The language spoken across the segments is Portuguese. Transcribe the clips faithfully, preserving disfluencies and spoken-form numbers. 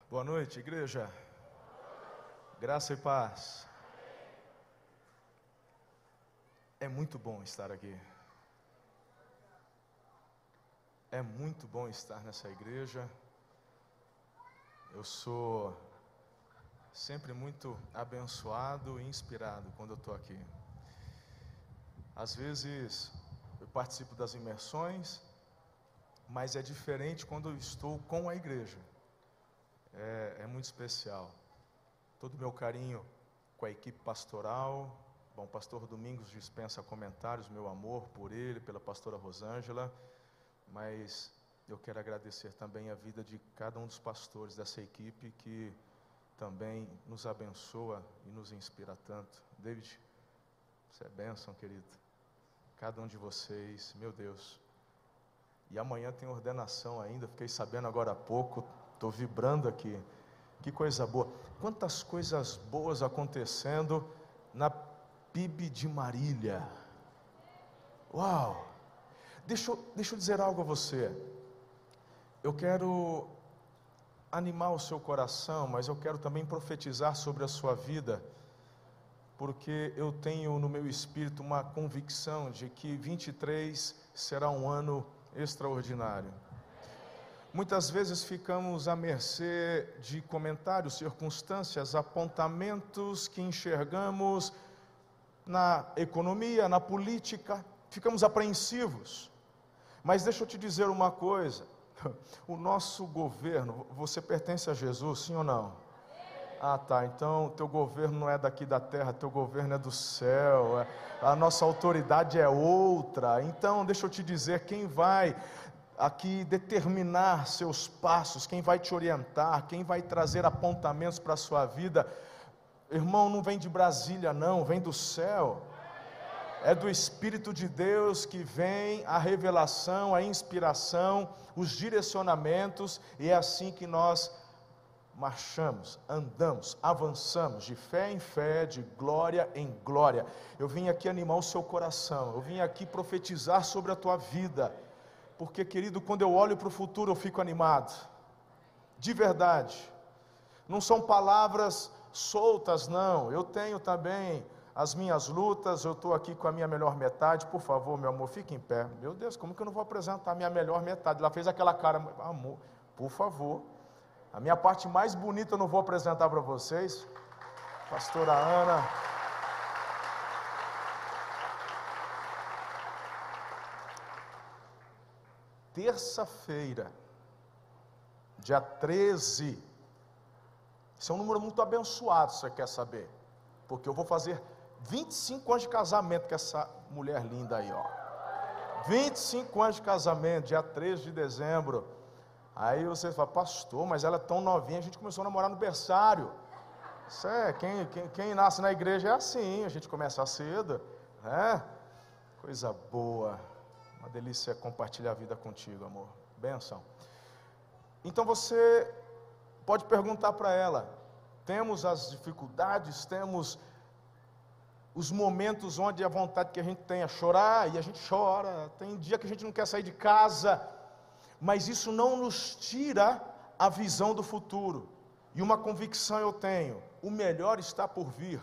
Boa noite, igreja. Graça e paz. É muito bom estar aqui. É muito bom estar nessa igreja. Eu sou sempre muito abençoado e inspirado quando eu estou aqui. Às vezes eu participo das imersões, mas é diferente quando eu estou com a igreja. É, é muito especial. Todo o meu carinho com a equipe pastoral. Bom, o pastor Domingos dispensa comentários, meu amor por ele, pela pastora Rosângela, mas eu quero agradecer também a vida de cada um dos pastores dessa equipe que também nos abençoa e nos inspira tanto. David, você é bênção, querido. Cada um de vocês, meu Deus. E amanhã tem ordenação ainda, fiquei sabendo agora há pouco, estou vibrando aqui. Que coisa boa. Quantas coisas boas acontecendo na P I B de Marília. Uau! Deixa eu, deixa eu dizer algo a você. Eu quero animar o seu coração, mas eu quero também profetizar sobre a sua vida, porque eu tenho no meu espírito uma convicção de que vinte e três será um ano extraordinário. Muitas vezes ficamos à mercê de comentários, circunstâncias, apontamentos que enxergamos na economia, na política, ficamos apreensivos. Mas deixa eu te dizer uma coisa, o nosso governo, você pertence a Jesus, sim ou não? Ah tá, então teu governo não é daqui da terra, teu governo é do céu, a nossa autoridade é outra. Então deixa eu te dizer, quem vai aqui determinar seus passos, quem vai te orientar, quem vai trazer apontamentos para a sua vida, irmão, não vem de Brasília não, vem do céu. É do Espírito de Deus que vem a revelação, a inspiração, os direcionamentos, e é assim que nós marchamos, andamos, avançamos, de fé em fé, de glória em glória. Eu vim aqui animar o seu coração, eu vim aqui profetizar sobre a tua vida, porque, querido, quando eu olho para o futuro eu fico animado, de verdade. Não são palavras soltas não, eu tenho também as minhas lutas, eu estou aqui com a minha melhor metade. Por favor, meu amor, fique em pé. Meu Deus, como que eu não vou apresentar a minha melhor metade? Ela fez aquela cara, amor, por favor, a minha parte mais bonita eu não vou apresentar para vocês, pastora Ana. Terça-feira, dia treze, esse é um número muito abençoado, se você quer saber, porque eu vou fazer vinte e cinco anos de casamento com essa mulher linda aí, ó. vinte e cinco anos de casamento, dia treze de dezembro. Aí você fala, pastor, mas ela é tão novinha, a gente começou a namorar no berçário. Isso é, quem, quem, quem nasce na igreja é assim, a gente começa cedo, né? Coisa boa, uma delícia compartilhar a vida contigo, amor, bênção. Então você pode perguntar para ela, temos as dificuldades, temos os momentos onde a vontade que a gente tem é chorar, e a gente chora, tem dia que a gente não quer sair de casa, mas isso não nos tira a visão do futuro, e uma convicção eu tenho, o melhor está por vir.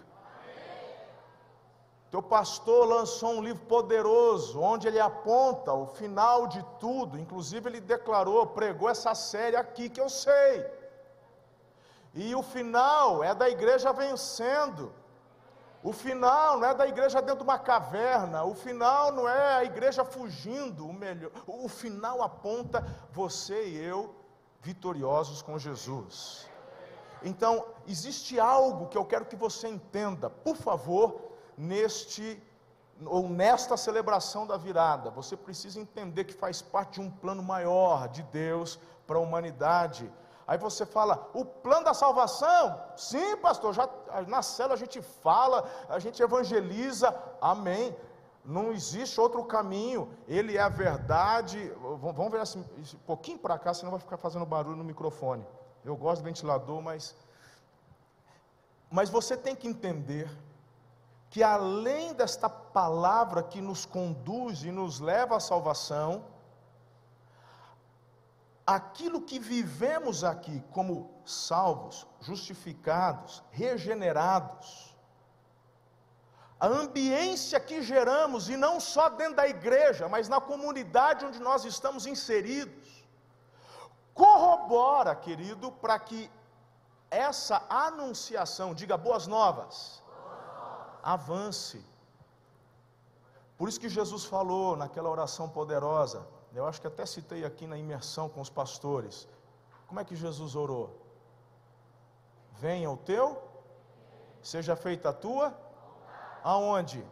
Teu pastor lançou um livro poderoso, onde ele aponta o final de tudo, inclusive ele declarou, pregou essa série aqui que eu sei, e o final é da igreja vencendo. O final não é da igreja dentro de uma caverna, o final não é a igreja fugindo, o melhor, o final aponta você e eu vitoriosos com Jesus. Então, existe algo que eu quero que você entenda, por favor, neste ou nesta celebração da virada, você precisa entender que faz parte de um plano maior de Deus para a humanidade. Aí você fala, o plano da salvação? Sim, pastor, já, na célula a gente fala, a gente evangeliza, amém. Não existe outro caminho, ele é a verdade. Vamos ver assim, um pouquinho para cá, senão vai ficar fazendo barulho no microfone. Eu gosto do ventilador, mas... Mas você tem que entender que além desta palavra que nos conduz e nos leva à salvação, aquilo que vivemos aqui como salvos, justificados, regenerados, a ambiência que geramos, e não só dentro da igreja, mas na comunidade onde nós estamos inseridos, corrobora, querido, para que essa anunciação, diga boas novas, avance. Por isso que Jesus falou naquela oração poderosa, eu acho que até citei aqui na imersão com os pastores. Como é que Jesus orou? Venha o teu, seja feita a tua, aonde?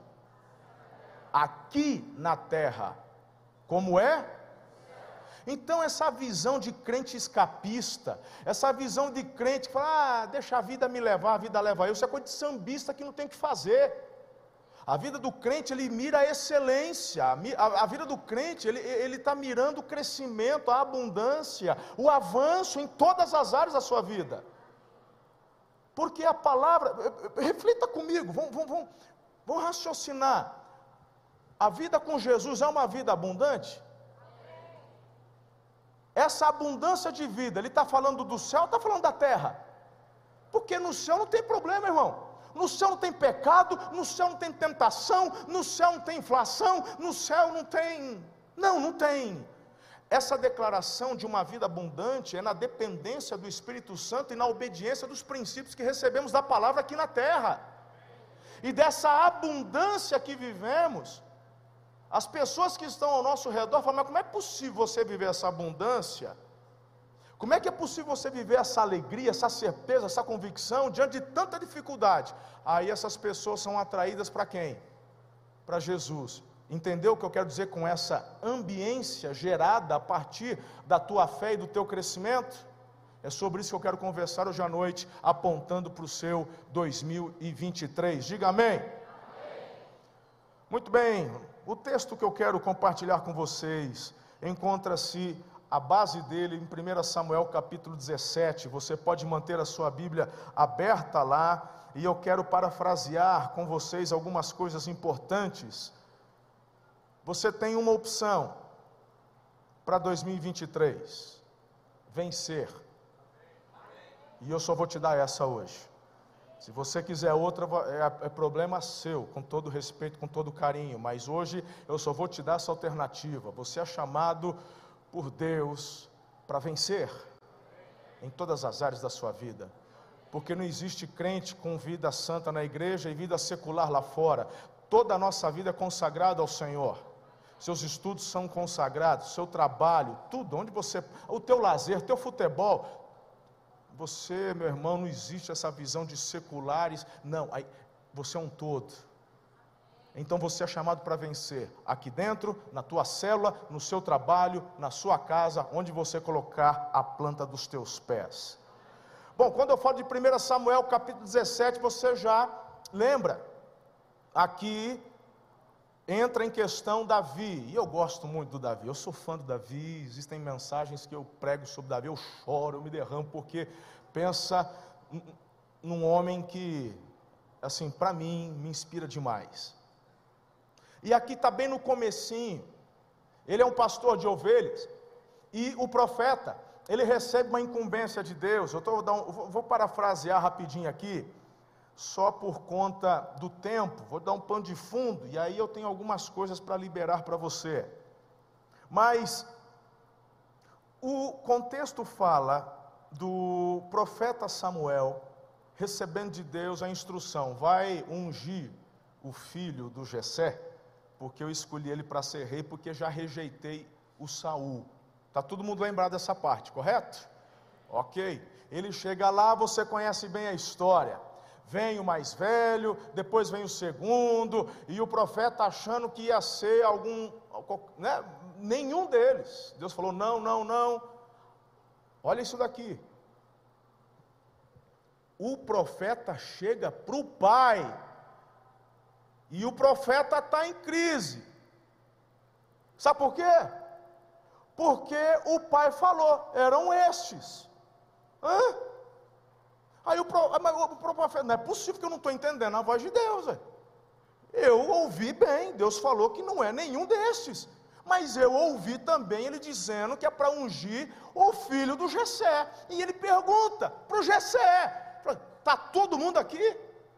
Aqui na terra, como é? Então essa visão de crente escapista, essa visão de crente que fala, ah, deixa a vida me levar, a vida leva eu, isso é coisa de sambista que não tem o que fazer. A vida do crente, ele mira a excelência, a, a, a vida do crente, ele está mirando o crescimento, a abundância, o avanço em todas as áreas da sua vida. Porque a palavra, reflita comigo, vamos, vamos, vamos, vamos raciocinar. A vida com Jesus é uma vida abundante? Essa abundância de vida, ele está falando do céu ou está falando da terra? Porque no céu não tem problema, irmão. No céu não tem pecado, no céu não tem tentação, no céu não tem inflação, no céu não tem... Não, não tem. Essa declaração de uma vida abundante é na dependência do Espírito Santo e na obediência dos princípios que recebemos da palavra aqui na terra. E dessa abundância que vivemos, as pessoas que estão ao nosso redor falam, mas como é possível você viver essa abundância? Como é que é possível você viver essa alegria, essa certeza, essa convicção, diante de tanta dificuldade? Aí essas pessoas são atraídas para quem? Para Jesus. Entendeu o que eu quero dizer com essa ambiência gerada a partir da tua fé e do teu crescimento? É sobre isso que eu quero conversar hoje à noite, apontando para o seu dois mil e vinte e três. Diga amém. Amém. Muito bem, o texto que eu quero compartilhar com vocês encontra-se... A base dele em primeiro Samuel capítulo dezessete, você pode manter a sua Bíblia aberta lá, e eu quero parafrasear com vocês algumas coisas importantes. Você tem uma opção para dois mil e vinte e três, vencer, e eu só vou te dar essa hoje. Se você quiser outra, é, é problema seu, com todo respeito, com todo carinho, mas hoje eu só vou te dar essa alternativa. Você é chamado por Deus para vencer em todas as áreas da sua vida, porque não existe crente com vida santa na igreja e vida secular lá fora. Toda a nossa vida é consagrada ao Senhor, seus estudos são consagrados, seu trabalho, tudo, onde você, o teu lazer, teu futebol, você, meu irmão, não existe essa visão de seculares, não, aí, você é um todo. Então você é chamado para vencer, aqui dentro, na tua célula, no seu trabalho, na sua casa, onde você colocar a planta dos teus pés. Bom, quando eu falo de primeiro Samuel capítulo dezessete, você já lembra, aqui entra em questão Davi, e eu gosto muito do Davi, eu sou fã do Davi, existem mensagens que eu prego sobre Davi, eu choro, eu me derramo, porque pensa num homem que, assim, para mim, me inspira demais. E aqui está bem no comecinho, ele é um pastor de ovelhas, e o profeta, ele recebe uma incumbência de Deus. Eu tô, vou, vou parafrasear rapidinho aqui, só por conta do tempo, vou dar um pano de fundo, e aí eu tenho algumas coisas para liberar para você. Mas, o contexto fala do profeta Samuel, recebendo de Deus a instrução, vai ungir o filho do Jessé, porque eu escolhi ele para ser rei, porque já rejeitei o Saul. Está todo mundo lembrado dessa parte, correto? Ok. Ele chega lá, você conhece bem a história. Vem o mais velho, depois vem o segundo, e o profeta achando que ia ser algum, né? Nenhum deles. Deus falou, não, não, não. Olha isso daqui. O profeta chega para o pai, e o profeta está em crise. Sabe por quê? Porque o pai falou, eram estes. Hã? Aí o, pro, o profeta, não é possível que eu não estou entendendo a voz de Deus. Véio. Eu ouvi bem, Deus falou que não é nenhum destes. Mas eu ouvi também ele dizendo que é para ungir o filho do Jessé. E ele pergunta para o Jessé: está todo mundo aqui?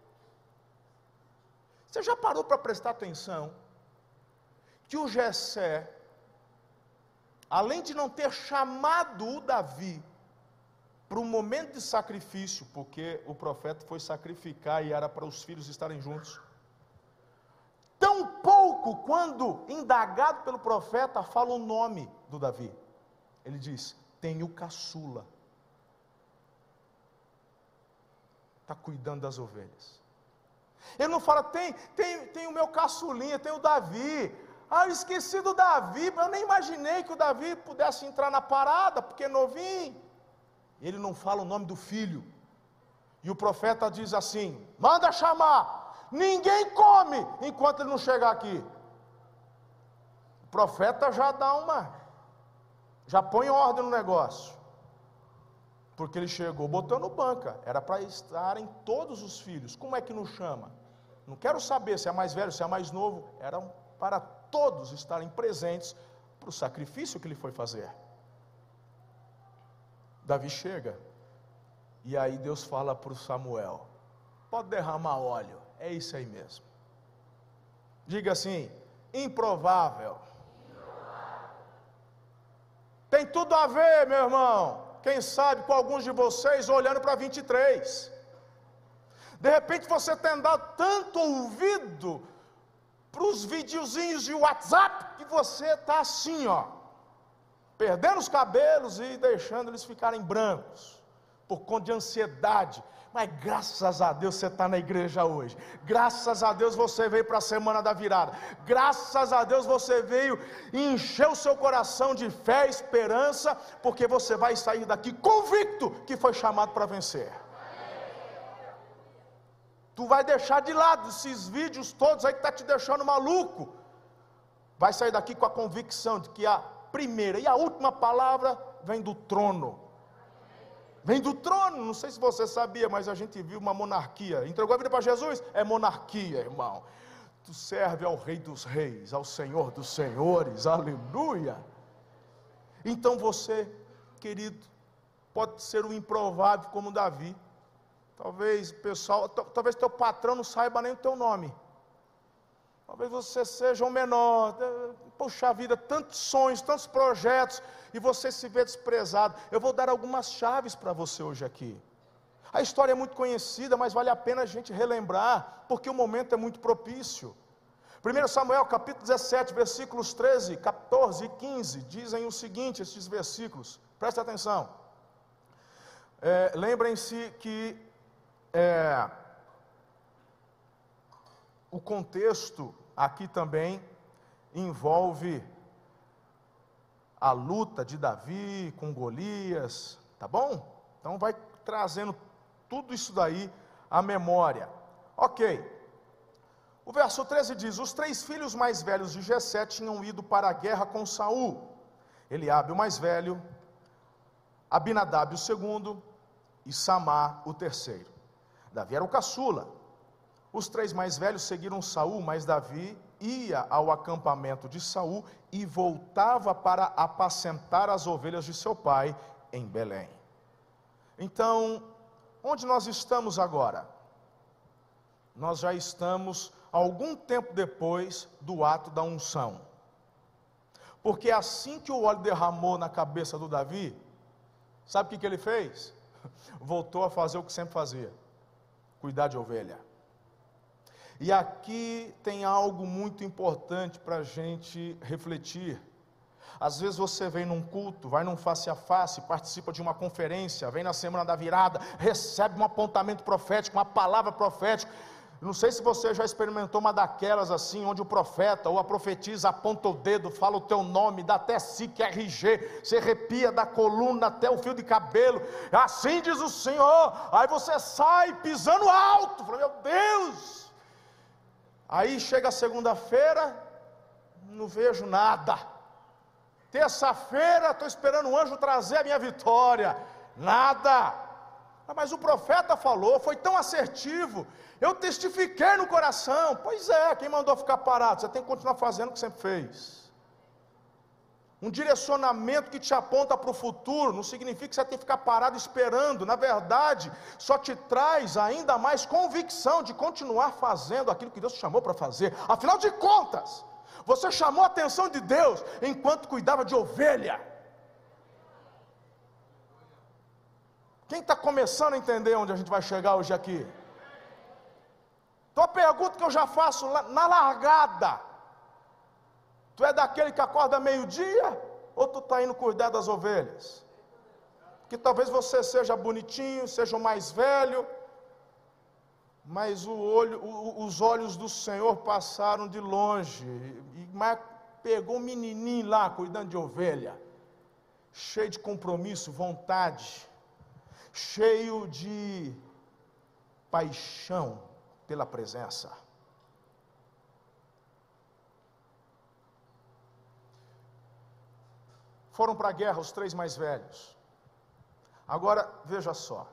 Você já parou para prestar atenção que o Jessé, além de não ter chamado o Davi para um momento de sacrifício, porque o profeta foi sacrificar e era para os filhos estarem juntos, tão pouco, quando indagado pelo profeta, fala o nome do Davi. Ele diz: tem o caçula, está cuidando das ovelhas. Ele não fala: tem, tem, tem o meu caçulinha, tem o Davi. Ah, eu esqueci do Davi, eu nem imaginei que o Davi pudesse entrar na parada, porque é novinho. Ele não fala o nome do filho. E o profeta diz assim: manda chamar, ninguém come enquanto ele não chegar aqui. O profeta já dá uma, já põe ordem no negócio, porque ele chegou botando banca, era para estarem todos os filhos. Como é que não chama? Não quero saber se é mais velho, se é mais novo, eram para todos estarem presentes para o sacrifício que ele foi fazer. Davi chega, e aí Deus fala para o Samuel: pode derramar óleo, é isso aí mesmo. Diga assim: improvável. Tem tudo a ver, meu irmão, quem sabe com alguns de vocês olhando para vinte e três. De repente você tem dado tanto ouvido para os videozinhos de WhatsApp, que você está assim, ó, perdendo os cabelos e deixando eles ficarem brancos, por conta de ansiedade. Mas graças a Deus você está na igreja hoje, graças a Deus você veio para a semana da virada, graças a Deus você veio e encheu o seu coração de fé e esperança, porque você vai sair daqui convicto que foi chamado para vencer. Tu vai deixar de lado esses vídeos todos aí que está te deixando maluco, vai sair daqui com a convicção de que a primeira e a última palavra vem do trono. Vem do trono. Não sei se você sabia, mas a gente viu uma monarquia. Entregou a vida para Jesus? É monarquia, irmão. Tu serve ao Rei dos Reis, ao Senhor dos Senhores, aleluia. Então você, querido, pode ser um improvável como Davi. Talvez pessoal, talvez teu patrão não saiba nem o teu nome. Talvez você seja um menor. Poxa vida, tantos sonhos, tantos projetos, e você se vê desprezado. Eu vou dar algumas chaves para você hoje aqui. A história é muito conhecida, mas vale a pena a gente relembrar, porque o momento é muito propício. primeiro Samuel capítulo dezessete, versículos treze, quatorze e quinze, dizem o seguinte, esses versículos, presta atenção. É, lembrem-se que é, o contexto aqui também envolve a luta de Davi com Golias, tá bom? Então vai trazendo tudo isso daí à memória. Ok. O verso treze diz: os três filhos mais velhos de Jessé tinham ido para a guerra com Saul. Eliabe o mais velho, Abinadab o segundo e Samá o terceiro. Davi era o caçula. Os três mais velhos seguiram Saul, mas Davi ia ao acampamento de Saul e voltava para apacentar as ovelhas de seu pai em Belém. Então, onde nós estamos agora? Nós já estamos algum tempo depois do ato da unção. Porque assim que o óleo derramou na cabeça do Davi, sabe o que, que ele fez? Voltou a fazer o que sempre fazia: cuidar de ovelha. E aqui tem algo muito importante para a gente refletir. Às vezes você vem num culto, vai num face a face, participa de uma conferência, vem na semana da virada, recebe um apontamento profético, uma palavra profética. Não sei se você já experimentou uma daquelas assim, onde o profeta ou a profetisa aponta o dedo, fala o teu nome, dá até S I C, R G, você arrepia da coluna até o fio de cabelo, assim diz o Senhor, aí você sai pisando alto, fala, meu Deus. Aí chega a segunda-feira, não vejo nada. Terça-feira, estou esperando um anjo trazer a minha vitória, nada. Ah, mas o profeta falou, foi tão assertivo, eu testifiquei no coração. Pois é, quem mandou ficar parado? Você tem que continuar fazendo o que sempre fez. um direcionamento que te aponta para o futuro. Não significa que você tem que ficar parado esperando. Na verdade, só te traz ainda mais convicção de continuar fazendo aquilo que Deus te chamou para fazer. Afinal de contas, você chamou a atenção de Deus enquanto cuidava de ovelha. Quem está começando a entender onde a gente vai chegar hoje aqui? Então a pergunta que eu já faço na largada: tu é daquele que acorda meio-dia, ou tu está indo cuidar das ovelhas? Que talvez você seja bonitinho, seja o mais velho, mas o olho, o, os olhos do Senhor passaram de longe, e, mas pegou um menininho lá, cuidando de ovelha, cheio de compromisso, vontade, cheio de paixão pela presença. Foram para a guerra os três mais velhos. Agora, veja só.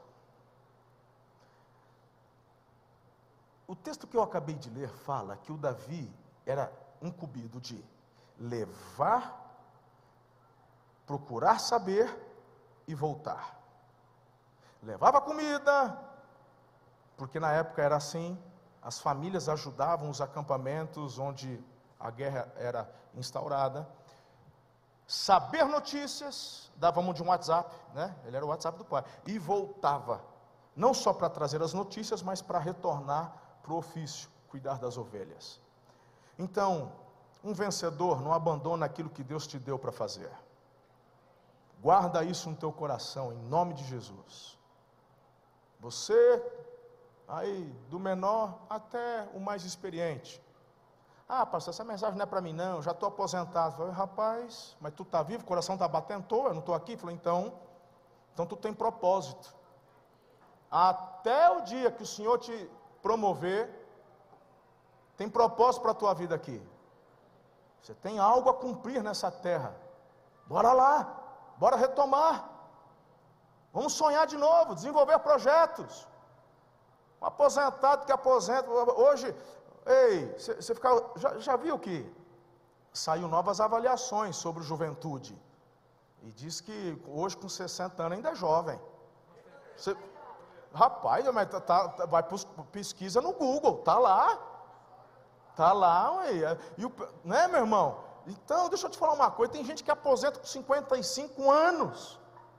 O texto que eu acabei de ler fala que o Davi era incumbido de levar, procurar saber e voltar. Levava comida, porque na época era assim, as famílias ajudavam os acampamentos onde a guerra era instaurada. Saber notícias, dava-me de um WhatsApp, né? Ele era o WhatsApp do pai, e voltava, não só para trazer as notícias, mas para retornar para o ofício, cuidar das ovelhas. Então, um vencedor não abandona aquilo que Deus te deu para fazer. Guarda isso no teu coração, em nome de Jesus. Você, aí, do menor até o mais experiente. Ah, pastor, essa mensagem não é para mim não, já estou aposentado. Falei, rapaz, mas tu está vivo, o coração está batendo? Tô, eu não estou aqui. Falei, então, então tu tem propósito. Até o dia que o Senhor te promover, tem propósito para a tua vida aqui. Você tem algo a cumprir nessa terra. Bora lá, bora retomar. Vamos sonhar de novo, desenvolver projetos. Um aposentado que aposenta, hoje... Ei, você fica, já, já viu que saiu novas avaliações sobre juventude, e diz que hoje com sessenta anos ainda é jovem. Cê, rapaz, mas tá, tá, vai pesquisa no Google, tá lá, tá lá, ué, e o, né, meu irmão? Então, deixa eu te falar uma coisa, tem gente que aposenta com cinquenta e cinco anos,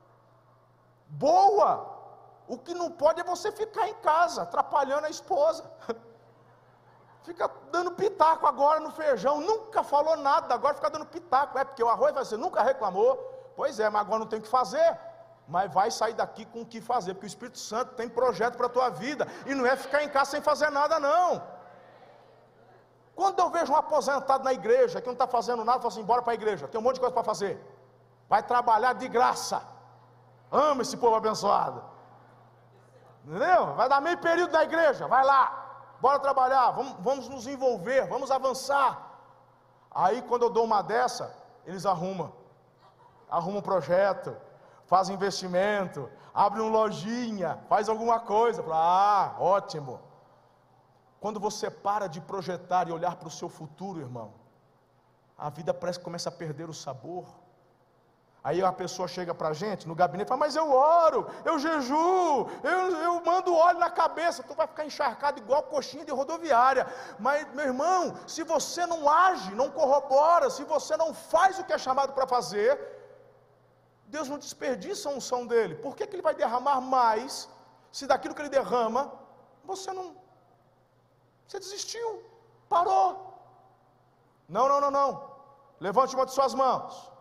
boa, o que não pode é você ficar em casa, atrapalhando a esposa. Fica dando pitaco agora no feijão, nunca falou nada, agora fica dando pitaco. É porque o arroz você nunca reclamou. Pois é, mas agora não tem o que fazer. Mas vai sair daqui com o que fazer, porque o Espírito Santo tem projeto para a tua vida. E não é ficar em casa sem fazer nada não. Quando eu vejo um aposentado na igreja, que não está fazendo nada, eu falo assim, bora para a igreja, tem um monte de coisa para fazer. Vai trabalhar de graça. Ama esse povo abençoado. Entendeu? Vai dar meio período na igreja, vai lá. Bora trabalhar, vamos, vamos nos envolver, vamos avançar. Aí quando eu dou uma dessa, eles arrumam, arrumam um projeto, fazem investimento, abrem uma lojinha, faz alguma coisa. Ah, ótimo. Quando você para de projetar e olhar para o seu futuro, irmão, a vida parece que começa a perder o sabor. Aí a pessoa chega para a gente no gabinete e fala, mas eu oro, eu jejuo, eu, eu mando óleo na cabeça, tu vai ficar encharcado igual coxinha de rodoviária. Mas, meu irmão, se você não age, não corrobora, se você não faz o que é chamado para fazer, Deus não desperdiça a unção dele. Por que que ele vai derramar mais, se daquilo que ele derrama, você não, você desistiu, parou? Não, não, não, não, levante uma de suas mãos.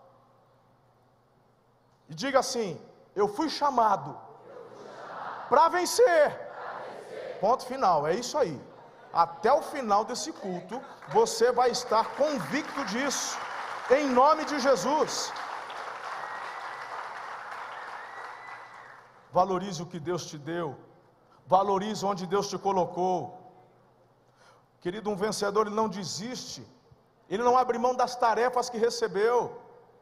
E diga assim, eu fui chamado, chamado. para vencer. vencer. Ponto final, é isso aí. Até o final desse culto, você vai estar convicto disso, em nome de Jesus. Valorize o que Deus te deu, valorize onde Deus te colocou. Querido, um vencedor, ele não desiste, ele não abre mão das tarefas que recebeu.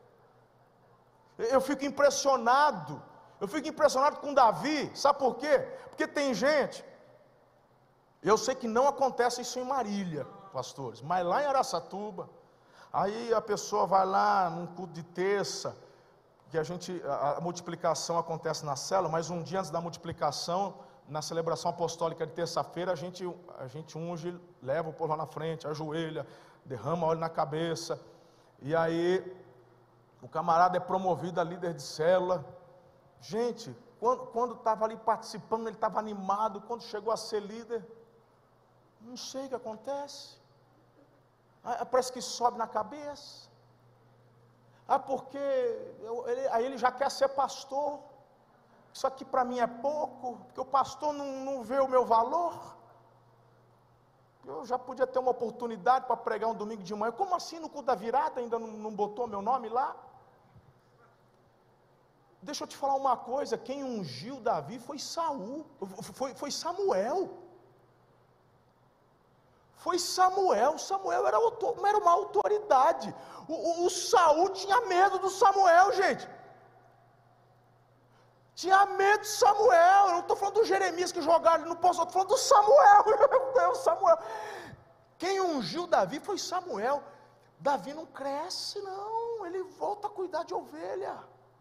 Eu fico impressionado, eu fico impressionado com Davi, sabe por quê? Porque tem gente, eu sei que não acontece isso em Marília, pastores, mas lá em Araçatuba, Aí a pessoa vai lá num culto de terça, que a gente, a, a multiplicação acontece na célula, mas um dia antes da multiplicação, na celebração apostólica de terça-feira, a gente, a gente unge, leva o povo lá na frente, ajoelha, derrama óleo na cabeça, e aí o camarada é promovido a líder de célula. Gente, quando estava ali participando, ele estava animado, quando chegou a ser líder, não sei o que acontece, ah, parece que sobe na cabeça, ah, porque eu, ele, aí ele já quer ser pastor, isso aqui para mim é pouco, porque o pastor não, não vê o meu valor, eu já podia ter uma oportunidade para pregar um domingo de manhã, como assim no culto da virada ainda não, não botou meu nome lá? Deixa eu te falar uma coisa, quem ungiu Davi foi Saul, foi, foi Samuel, foi Samuel, Samuel era, era uma autoridade, o, o, o Saul tinha medo do Samuel, gente, tinha medo de Samuel, eu não estou falando do Jeremias que jogaram ele no poço, eu estou falando do Samuel, meu Deus, Samuel, quem ungiu Davi foi Samuel. Davi não cresce não, ele volta a cuidar de ovelha.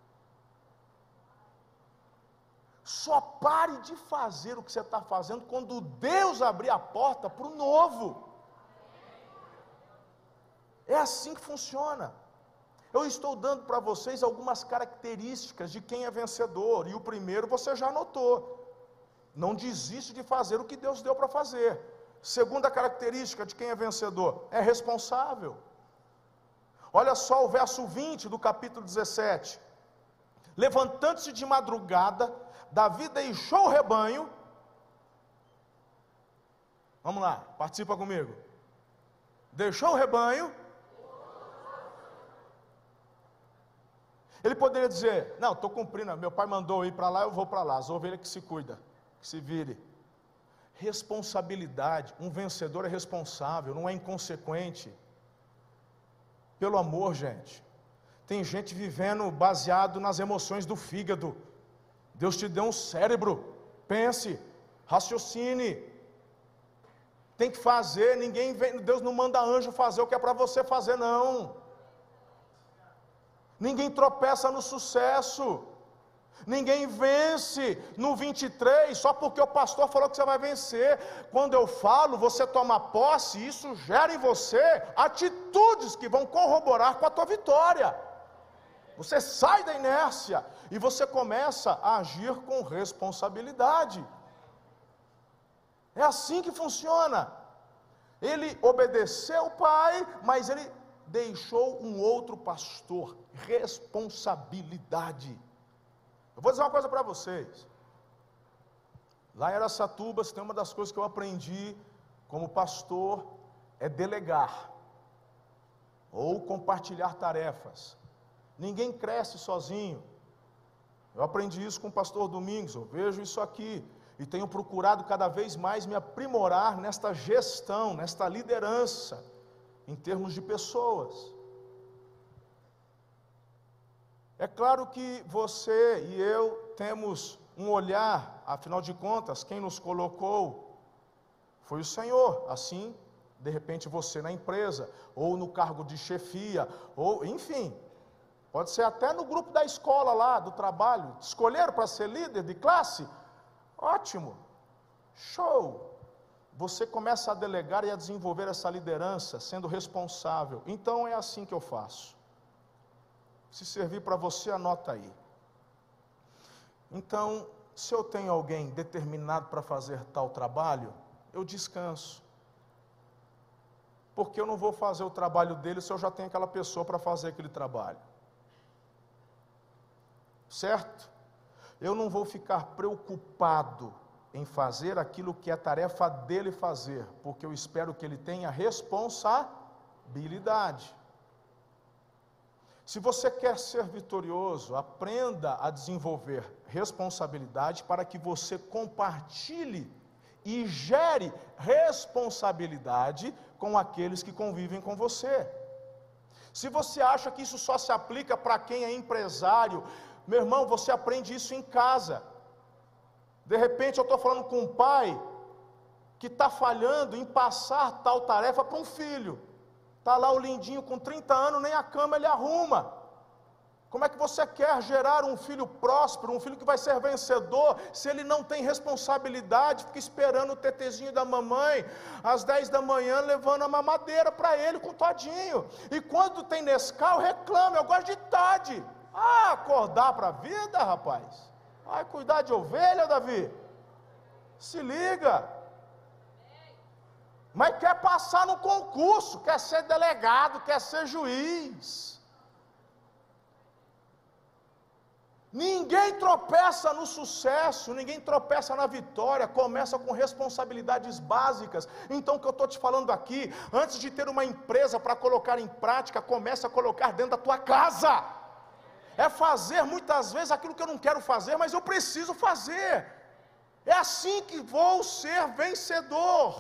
Só pare de fazer o que você está fazendo quando Deus abrir a porta para o novo. É assim que funciona. Eu estou dando para vocês algumas características de quem é vencedor, e o primeiro você já anotou: não desiste de fazer o que Deus deu para fazer. Segunda característica de quem é vencedor, é responsável. Olha só o verso vinte do capítulo dezessete: levantando-se de madrugada, Davi deixou o rebanho. Vamos lá, participa comigo. Deixou o rebanho. Ele poderia dizer: não, estou cumprindo, meu pai mandou ir para lá, eu vou para lá, as ovelhas que se cuida, que se vire. Responsabilidade, um vencedor é responsável, não é inconsequente. Pelo amor, gente, tem gente vivendo baseado nas emoções do fígado. Deus te deu um cérebro, pense, raciocine, tem que fazer, ninguém vem, Deus não manda anjo fazer o que é para você fazer não, ninguém tropeça no sucesso, ninguém vence no vinte e três, só porque o pastor falou que você vai vencer. Quando eu falo, você toma posse, isso gera em você atitudes que vão corroborar com a tua vitória. Você sai da inércia e você começa a agir com responsabilidade. É assim que funciona. Ele obedeceu o pai, mas ele deixou um outro pastor. Responsabilidade. Eu vou dizer uma coisa para vocês. Lá em Araçatuba, tem uma das coisas que eu aprendi como pastor, é delegar ou compartilhar tarefas. Ninguém cresce sozinho. Eu aprendi isso com o pastor Domingos, eu vejo isso aqui, e tenho procurado cada vez mais me aprimorar nesta gestão, nesta liderança, em termos de pessoas. É claro que você e eu temos um olhar, afinal de contas, quem nos colocou foi o Senhor. Assim, de repente você na empresa, ou no cargo de chefia, ou enfim, pode ser até no grupo da escola lá, do trabalho, escolheram para ser líder de classe, ótimo, show, você começa a delegar e a desenvolver essa liderança, sendo responsável. Então é assim que eu faço. Se servir para você, anota aí. Então, se eu tenho alguém determinado para fazer tal trabalho, eu descanso, porque eu não vou fazer o trabalho dele se eu já tenho aquela pessoa para fazer aquele trabalho. Certo? Eu não vou ficar preocupado em fazer aquilo que é tarefa dele fazer, porque eu espero que ele tenha responsabilidade. Se você quer ser vitorioso, aprenda a desenvolver responsabilidade para que você compartilhe e gere responsabilidade com aqueles que convivem com você. Se você acha que isso só se aplica para quem é empresário, meu irmão, você aprende isso em casa. De repente eu estou falando com um pai que está falhando em passar tal tarefa para um filho. Está lá o lindinho com trinta anos, nem a cama ele arruma. Como é que você quer gerar um filho próspero, um filho que vai ser vencedor, se ele não tem responsabilidade, fica esperando o tetezinho da mamãe, às dez da manhã, levando a mamadeira para ele com todinho. E quando tem Nescau, reclama, eu gosto de Toddy. Ah, acordar para a vida, rapaz. Vai cuidar de ovelha, Davi. Se liga. Mas quer passar no concurso, quer ser delegado, quer ser juiz. Ninguém tropeça no sucesso, ninguém tropeça na vitória, começa com responsabilidades básicas. Então o que eu estou te falando aqui, antes de ter uma empresa para colocar em prática, começa a colocar dentro da tua casa. É fazer muitas vezes aquilo que eu não quero fazer, mas eu preciso fazer. É assim que vou ser vencedor.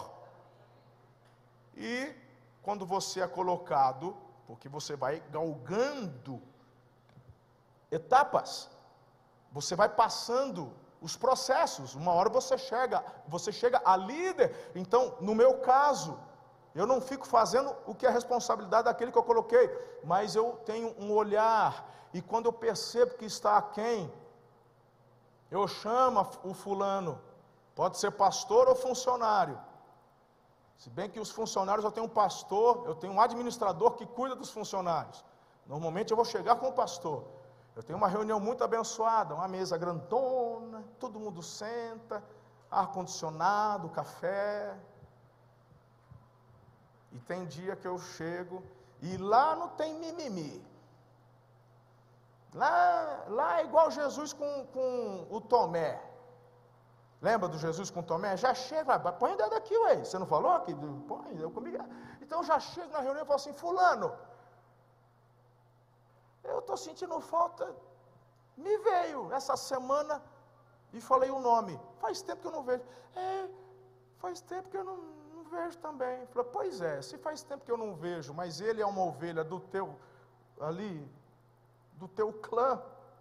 E quando você é colocado, porque você vai galgando etapas, você vai passando os processos, uma hora você chega, você chega a líder. Então, no meu caso, eu não fico fazendo o que é responsabilidade daquele que eu coloquei, mas eu tenho um olhar, e quando eu percebo que está aquém, eu chamo o fulano, pode ser pastor ou funcionário. Se bem que os funcionários, eu tenho um pastor, eu tenho um administrador que cuida dos funcionários. Normalmente eu vou chegar com o pastor. Eu tenho uma reunião muito abençoada, uma mesa grandona, todo mundo senta, ar-condicionado, café. E tem dia que eu chego e lá não tem mimimi. Lá, lá é igual Jesus com, com o Tomé. Lembra do Jesus com Tomé? Já chega, põe o dedo aqui, ué. Você não falou que põe, eu comigo. Então eu já chego na reunião e falo assim, fulano, eu estou sentindo falta, me veio essa semana e falei o nome. Faz tempo que eu não vejo. É, faz tempo que eu não, não vejo também. Falei, pois é, se faz tempo que eu não vejo, mas ele é uma ovelha do teu, ali, do teu clã.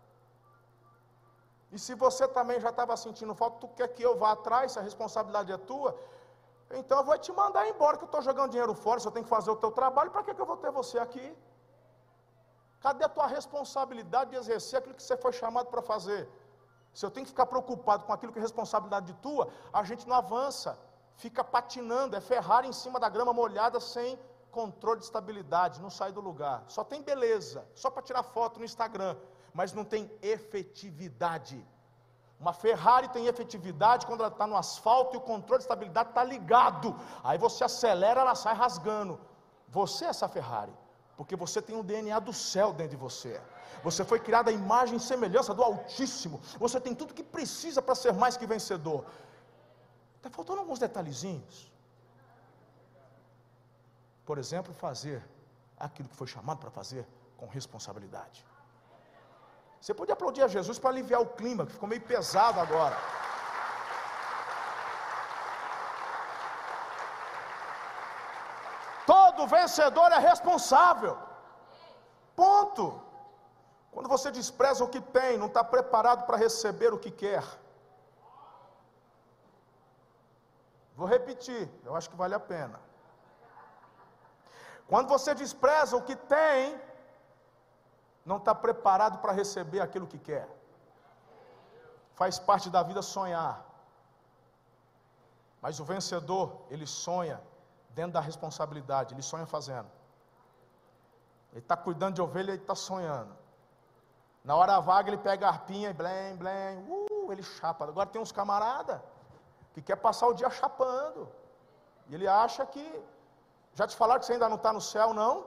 E se você também já estava sentindo falta, tu quer que eu vá atrás, se a responsabilidade é tua, então eu vou te mandar embora, que eu estou jogando dinheiro fora, se eu tenho que fazer o teu trabalho, para que, que eu vou ter você aqui? Cadê a tua responsabilidade de exercer aquilo que você foi chamado para fazer? Se eu tenho que ficar preocupado com aquilo que é responsabilidade tua, a gente não avança, fica patinando, é Ferrari em cima da grama molhada, sem controle de estabilidade, não sai do lugar. Só tem beleza, só para tirar foto no Instagram, mas não tem efetividade. Uma Ferrari tem efetividade quando ela está no asfalto e o controle de estabilidade está ligado. Aí você acelera, ela sai rasgando. Você é essa Ferrari, porque você tem um D N A do céu dentro de você. Você foi criado à imagem e semelhança do Altíssimo. Você tem tudo que precisa para ser mais que vencedor. Está faltando alguns detalhezinhos. Por exemplo, fazer aquilo que foi chamado para fazer com responsabilidade. Você pode aplaudir a Jesus para aliviar o clima, que ficou meio pesado agora. Todo vencedor é responsável. Ponto. Quando você despreza o que tem, não está preparado para receber o que quer. Vou repetir, eu acho que vale a pena. Quando você despreza o que tem, não está preparado para receber aquilo que quer. Faz parte da vida sonhar. Mas o vencedor, ele sonha dentro da responsabilidade, ele sonha fazendo. Ele está cuidando de ovelha, ele está sonhando. Na hora vaga ele pega a arpinha e blém, blém, uh, ele chapa. Agora tem uns camaradas que quer passar o dia chapando. E ele acha que, já te falaram que você ainda não está no céu, não?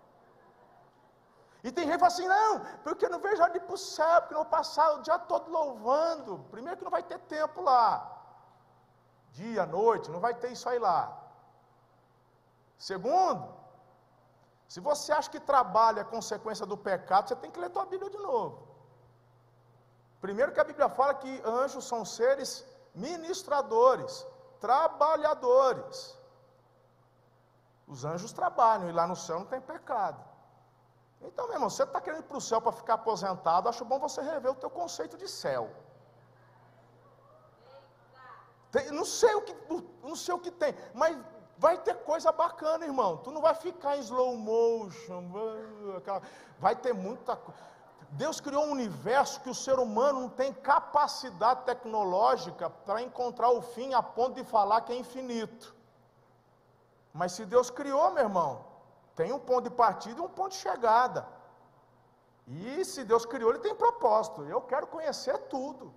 E tem gente que fala assim, não, porque eu não vejo a hora de ir para o céu, porque eu vou passar o dia todo louvando. Primeiro que não vai ter tempo lá. Dia, noite, não vai ter isso aí lá. Segundo, se você acha que trabalho é consequência do pecado, você tem que ler tua Bíblia de novo. Primeiro que a Bíblia fala que anjos são seres ministradores, trabalhadores. Os anjos trabalham e lá no céu não tem pecado. Então, meu irmão, você está querendo ir para o céu para ficar aposentado, acho bom você rever o teu conceito de céu. Tem, não sei o que, não sei o que tem, mas Vai ter coisa bacana, irmão. Tu não vai ficar em slow motion. Vai ter muita coisa. Deus criou um universo que o ser humano não tem capacidade tecnológica para encontrar o fim a ponto de falar que é infinito. Mas se Deus criou, meu irmão, tem um ponto de partida e um ponto de chegada. E se Deus criou, Ele tem propósito. Eu quero conhecer tudo.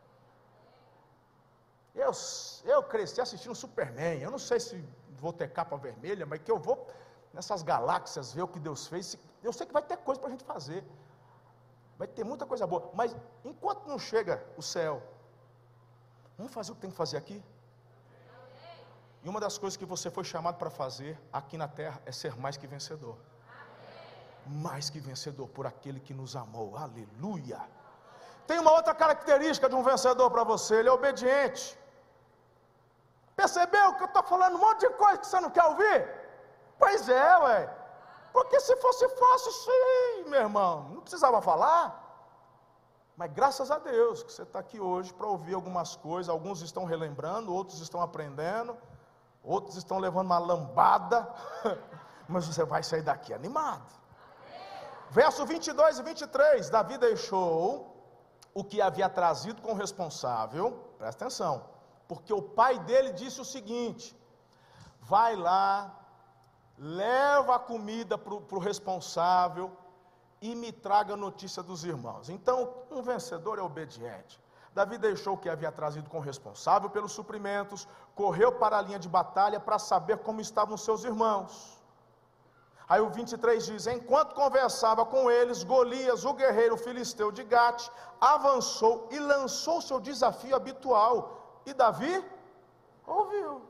Eu, eu cresci assistindo Superman. Eu não sei se vou ter capa vermelha, mas que eu vou nessas galáxias ver o que Deus fez. Eu sei que vai ter coisa para a gente fazer. Vai ter muita coisa boa. Mas enquanto não chega o céu, vamos fazer o que tem que fazer aqui? E uma das coisas que você foi chamado para fazer aqui na terra é ser mais que vencedor. Mais que vencedor por aquele que nos amou. Aleluia. Tem uma outra característica de um vencedor para você: ele é obediente. Percebeu que eu estou falando um monte de coisa que você não quer ouvir? Pois é, ué. Porque se fosse fácil, sim, meu irmão, não precisava falar. Mas graças a Deus que você está aqui hoje para ouvir algumas coisas. Alguns estão relembrando, outros estão aprendendo, outros estão levando uma lambada, mas você vai sair daqui animado. Verso vinte e dois e vinte e três, Davi deixou o que havia trazido com o responsável, presta atenção, porque o pai dele disse o seguinte: vai lá, leva a comida para o responsável e me traga a notícia dos irmãos. Então, um vencedor é obediente. Davi deixou o que havia trazido com o responsável pelos suprimentos, correu para a linha de batalha para saber como estavam seus irmãos. Aí o vinte e três diz: enquanto conversava com eles, Golias, o guerreiro filisteu de Gate, avançou e lançou seu desafio habitual. E Davi ouviu.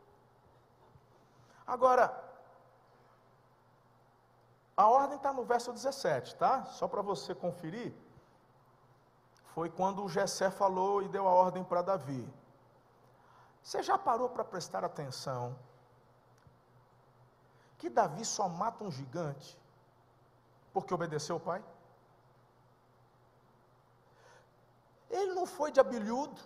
Agora, a ordem está no verso dezessete, tá? Só para você conferir. Foi quando o Jessé falou e deu a ordem para Davi. Você já parou para prestar atenção que Davi só mata um gigante porque obedeceu o pai? Ele não foi de abelhudo,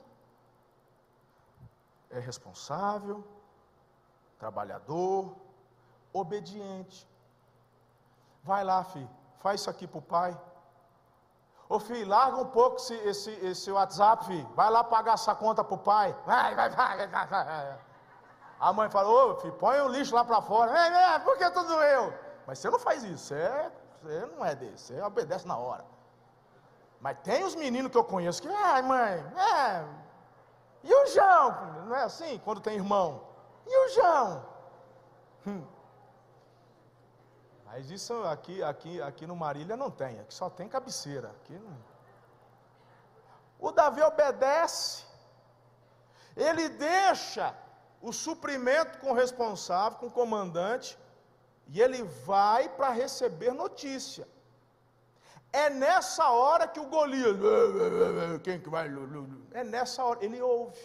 é responsável, trabalhador, obediente. Vai lá, filho, faz isso aqui para o pai. Ô filho, larga um pouco esse, esse, esse WhatsApp, filho, vai lá pagar essa conta para o pai. Vai, vai, vai, vai, vai. A mãe falou: ô filho, põe o lixo lá para fora. É, é, por que tudo eu? Mas você não faz isso, você, você não é desse, você obedece na hora. Mas tem os meninos que eu conheço que, ai mãe, é, e o João? Não é assim, quando tem irmão? E o João? Hum. Mas isso aqui, aqui, aqui no Marília não tem, aqui só tem cabeceira. Aqui não... O Davi obedece, ele deixa o suprimento com o responsável, com o comandante, e ele vai para receber notícia. É nessa hora que o Golias, quem que vai? É nessa hora, ele ouve.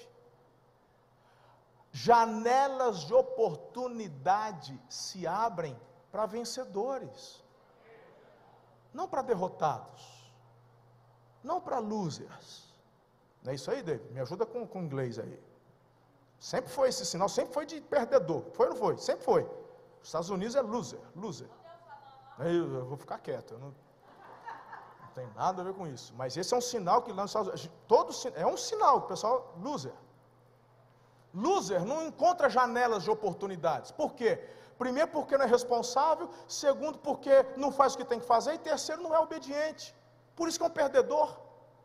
Janelas de oportunidade se abrem para vencedores, não para derrotados, não para losers. Não é isso aí, David? Me ajuda com o inglês aí. Sempre foi esse sinal, sempre foi de perdedor. Foi ou não foi? Sempre foi. Os Estados Unidos é loser, loser. Eu, eu vou ficar quieto, eu não, não tem nada a ver com isso. Mas esse é um sinal que lá nos Estados Unidos, todo, é um sinal que o pessoal, loser. Loser não encontra janelas de oportunidades. Por quê? Primeiro, porque não é responsável. Segundo, porque não faz o que tem que fazer. E terceiro, não é obediente. Por isso que é um perdedor.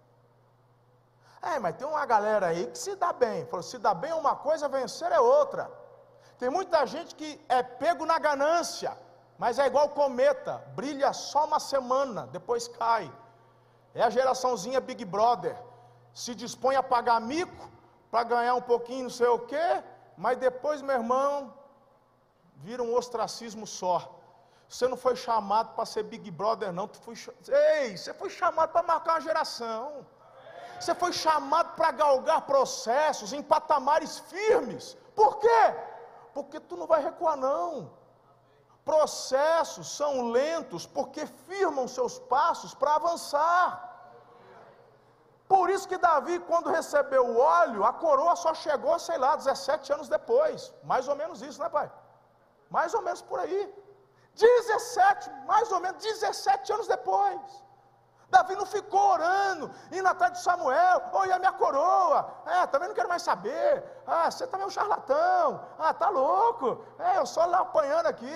É, mas tem uma galera aí que se dá bem. Falou, se dá bem é uma coisa, vencer é outra. Tem muita gente que é pego na ganância, mas é igual cometa, brilha só uma semana, depois cai. É a geraçãozinha Big Brother. Se dispõe a pagar mico para ganhar um pouquinho, não sei o quê, mas depois, meu irmão, vira um ostracismo só. Você não foi chamado para ser Big Brother, não. Tu foi, ei, você foi chamado para marcar uma geração. Você foi chamado para galgar processos em patamares firmes. Por quê? Porque tu não vai recuar, não. Processos são lentos porque firmam seus passos para avançar. Por isso que Davi, quando recebeu o óleo, a coroa só chegou, sei lá, dezessete anos depois. Mais ou menos isso, né, pai? Mais ou menos por aí. dezessete, mais ou menos, dezessete anos depois. Davi não ficou orando, indo atrás de Samuel, oh, e a minha coroa? É, também não quero mais saber. Ah, você também é um charlatão. Ah, tá louco. É, eu só lá apanhando aqui.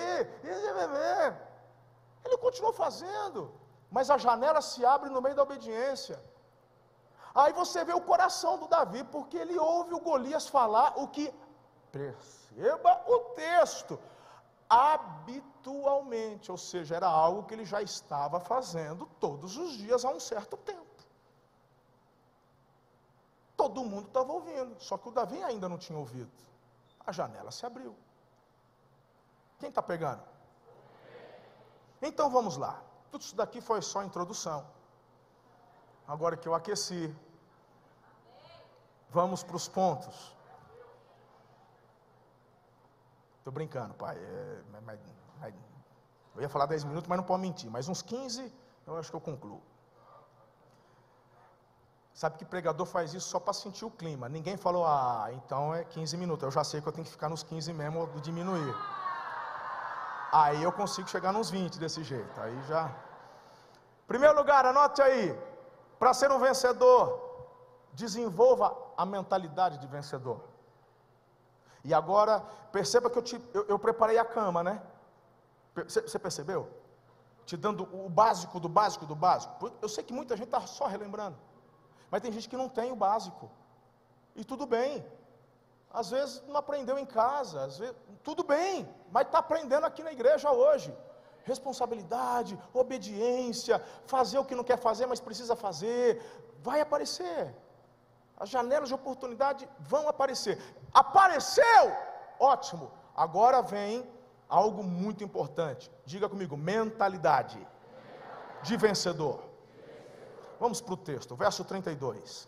Ele continuou fazendo, mas a janela se abre no meio da obediência. Aí você vê o coração do Davi, porque ele ouve o Golias falar o que, perceba o texto, habitualmente, ou seja, era algo que ele já estava fazendo todos os dias há um certo tempo. Todo mundo estava ouvindo, só que o Davi ainda não tinha ouvido. A janela se abriu. Quem está pegando? Então vamos lá. Tudo isso daqui foi só a introdução. Agora que eu aqueci, vamos para os pontos. Estou brincando, pai. É, mas, mas, eu ia falar dez minutos, mas não pode mentir. Mas uns quinze, eu acho que eu concluo. Sabe que pregador faz isso só para sentir o clima. Ninguém falou, ah, então é quinze minutos. Eu já sei que eu tenho que ficar nos quinze mesmo ou diminuir. Aí eu consigo chegar nos vinte desse jeito. Aí já. Primeiro lugar, anote aí. Para ser um vencedor, desenvolva a mentalidade de vencedor. E agora, perceba que eu, te, eu, eu preparei a cama, né? Você percebeu? Te dando o básico do básico do básico. Eu sei que muita gente está só relembrando. Mas tem gente que não tem o básico. E tudo bem. Às vezes não aprendeu em casa. Às vezes, tudo bem. Mas está aprendendo aqui na igreja hoje. Responsabilidade, obediência, fazer o que não quer fazer, mas precisa fazer. Vai aparecer. As janelas de oportunidade vão aparecer. Apareceu! Ótimo. Agora vem algo muito importante. Diga comigo, mentalidade de vencedor. Vamos para o texto, verso trinta e dois.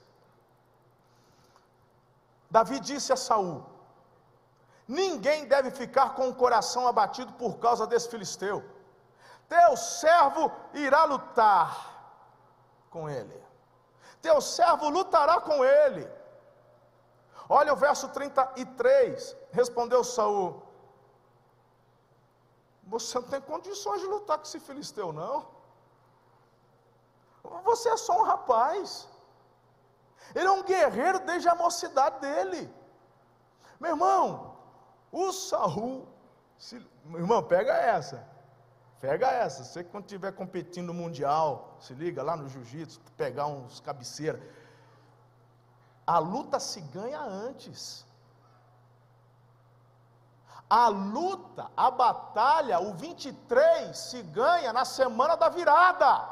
Davi disse a Saul: ninguém deve ficar com o coração abatido por causa desse filisteu. Teu servo irá lutar com ele. Teu servo lutará com ele. Olha o verso trinta e três. Respondeu Saul: você não tem condições de lutar com esse filisteu, não. Você é só um rapaz. Ele é um guerreiro desde a mocidade dele. Meu irmão, o Saul, se, meu irmão, pega essa. Pega essa. Você quando estiver competindo no mundial, se liga lá no jiu-jitsu, pegar uns cabeceiras. A luta se ganha antes. A luta, a batalha, o vinte e três se ganha na semana da virada.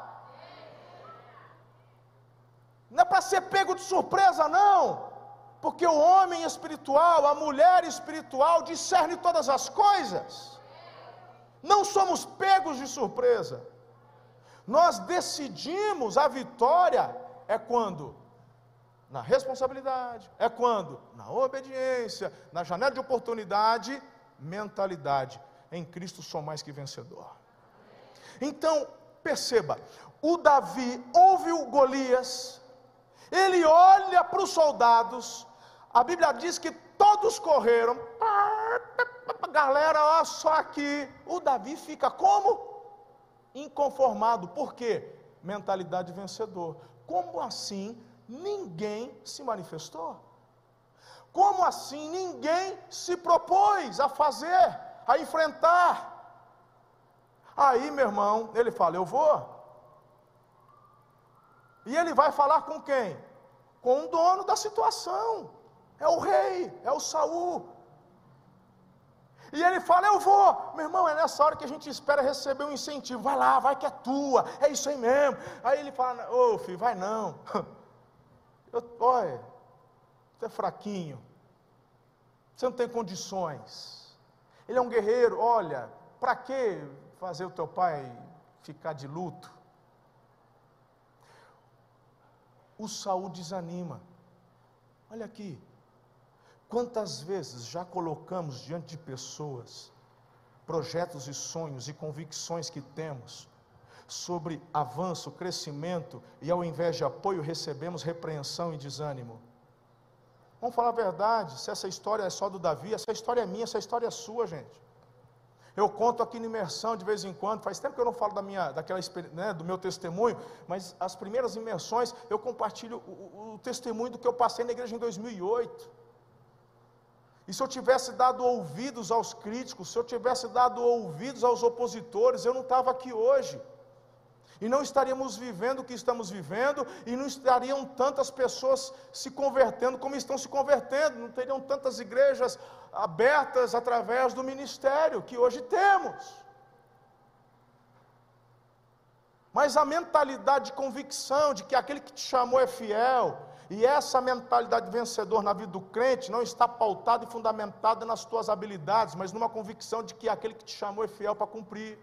Não é para ser pego de surpresa, não. Porque o homem espiritual, a mulher espiritual discerne todas as coisas. Não somos pegos de surpresa. Nós decidimos a vitória é quando? Na responsabilidade, é quando? Na obediência, na janela de oportunidade, mentalidade. Em Cristo sou mais que vencedor. Então, perceba, o Davi ouve o Golias, ele olha para os soldados, a Bíblia diz que todos correram, galera, ó, só aqui, o Davi fica como? Inconformado, por quê? Mentalidade vencedor. Como assim ninguém se manifestou? Como assim ninguém se propôs a fazer, a enfrentar? Aí, meu irmão, ele fala, eu vou. E ele vai falar com quem? Com o dono da situação. É o rei, é o Saul. E ele fala, eu vou. Meu irmão, é nessa hora que a gente espera receber um incentivo. Vai lá, vai que é tua, é isso aí mesmo. Aí ele fala, ô filho, vai não. Eu, olha, você é fraquinho. Você não tem condições. Ele é um guerreiro, olha, para que fazer o teu pai ficar de luto? O Saul desanima. Olha aqui, quantas vezes já colocamos diante de pessoas projetos e sonhos e convicções que temos, sobre avanço, crescimento, e ao invés de apoio recebemos repreensão e desânimo. Vamos falar a verdade, se essa história é só do Davi, essa história é minha, essa história é sua, gente. Eu conto aqui na imersão de vez em quando, faz tempo que eu não falo da minha, daquela, né, do meu testemunho, mas as primeiras imersões eu compartilho o, o, o testemunho do que eu passei na igreja em dois mil e oito. E se eu tivesse dado ouvidos aos críticos, se eu tivesse dado ouvidos aos opositores, eu não estava aqui hoje. E não estaríamos vivendo o que estamos vivendo, e não estariam tantas pessoas se convertendo como estão se convertendo, não teriam tantas igrejas abertas através do ministério que hoje temos. Mas a mentalidade de convicção de que aquele que te chamou é fiel, e essa mentalidade de vencedor na vida do crente não está pautada e fundamentada nas tuas habilidades, mas numa convicção de que aquele que te chamou é fiel para cumprir.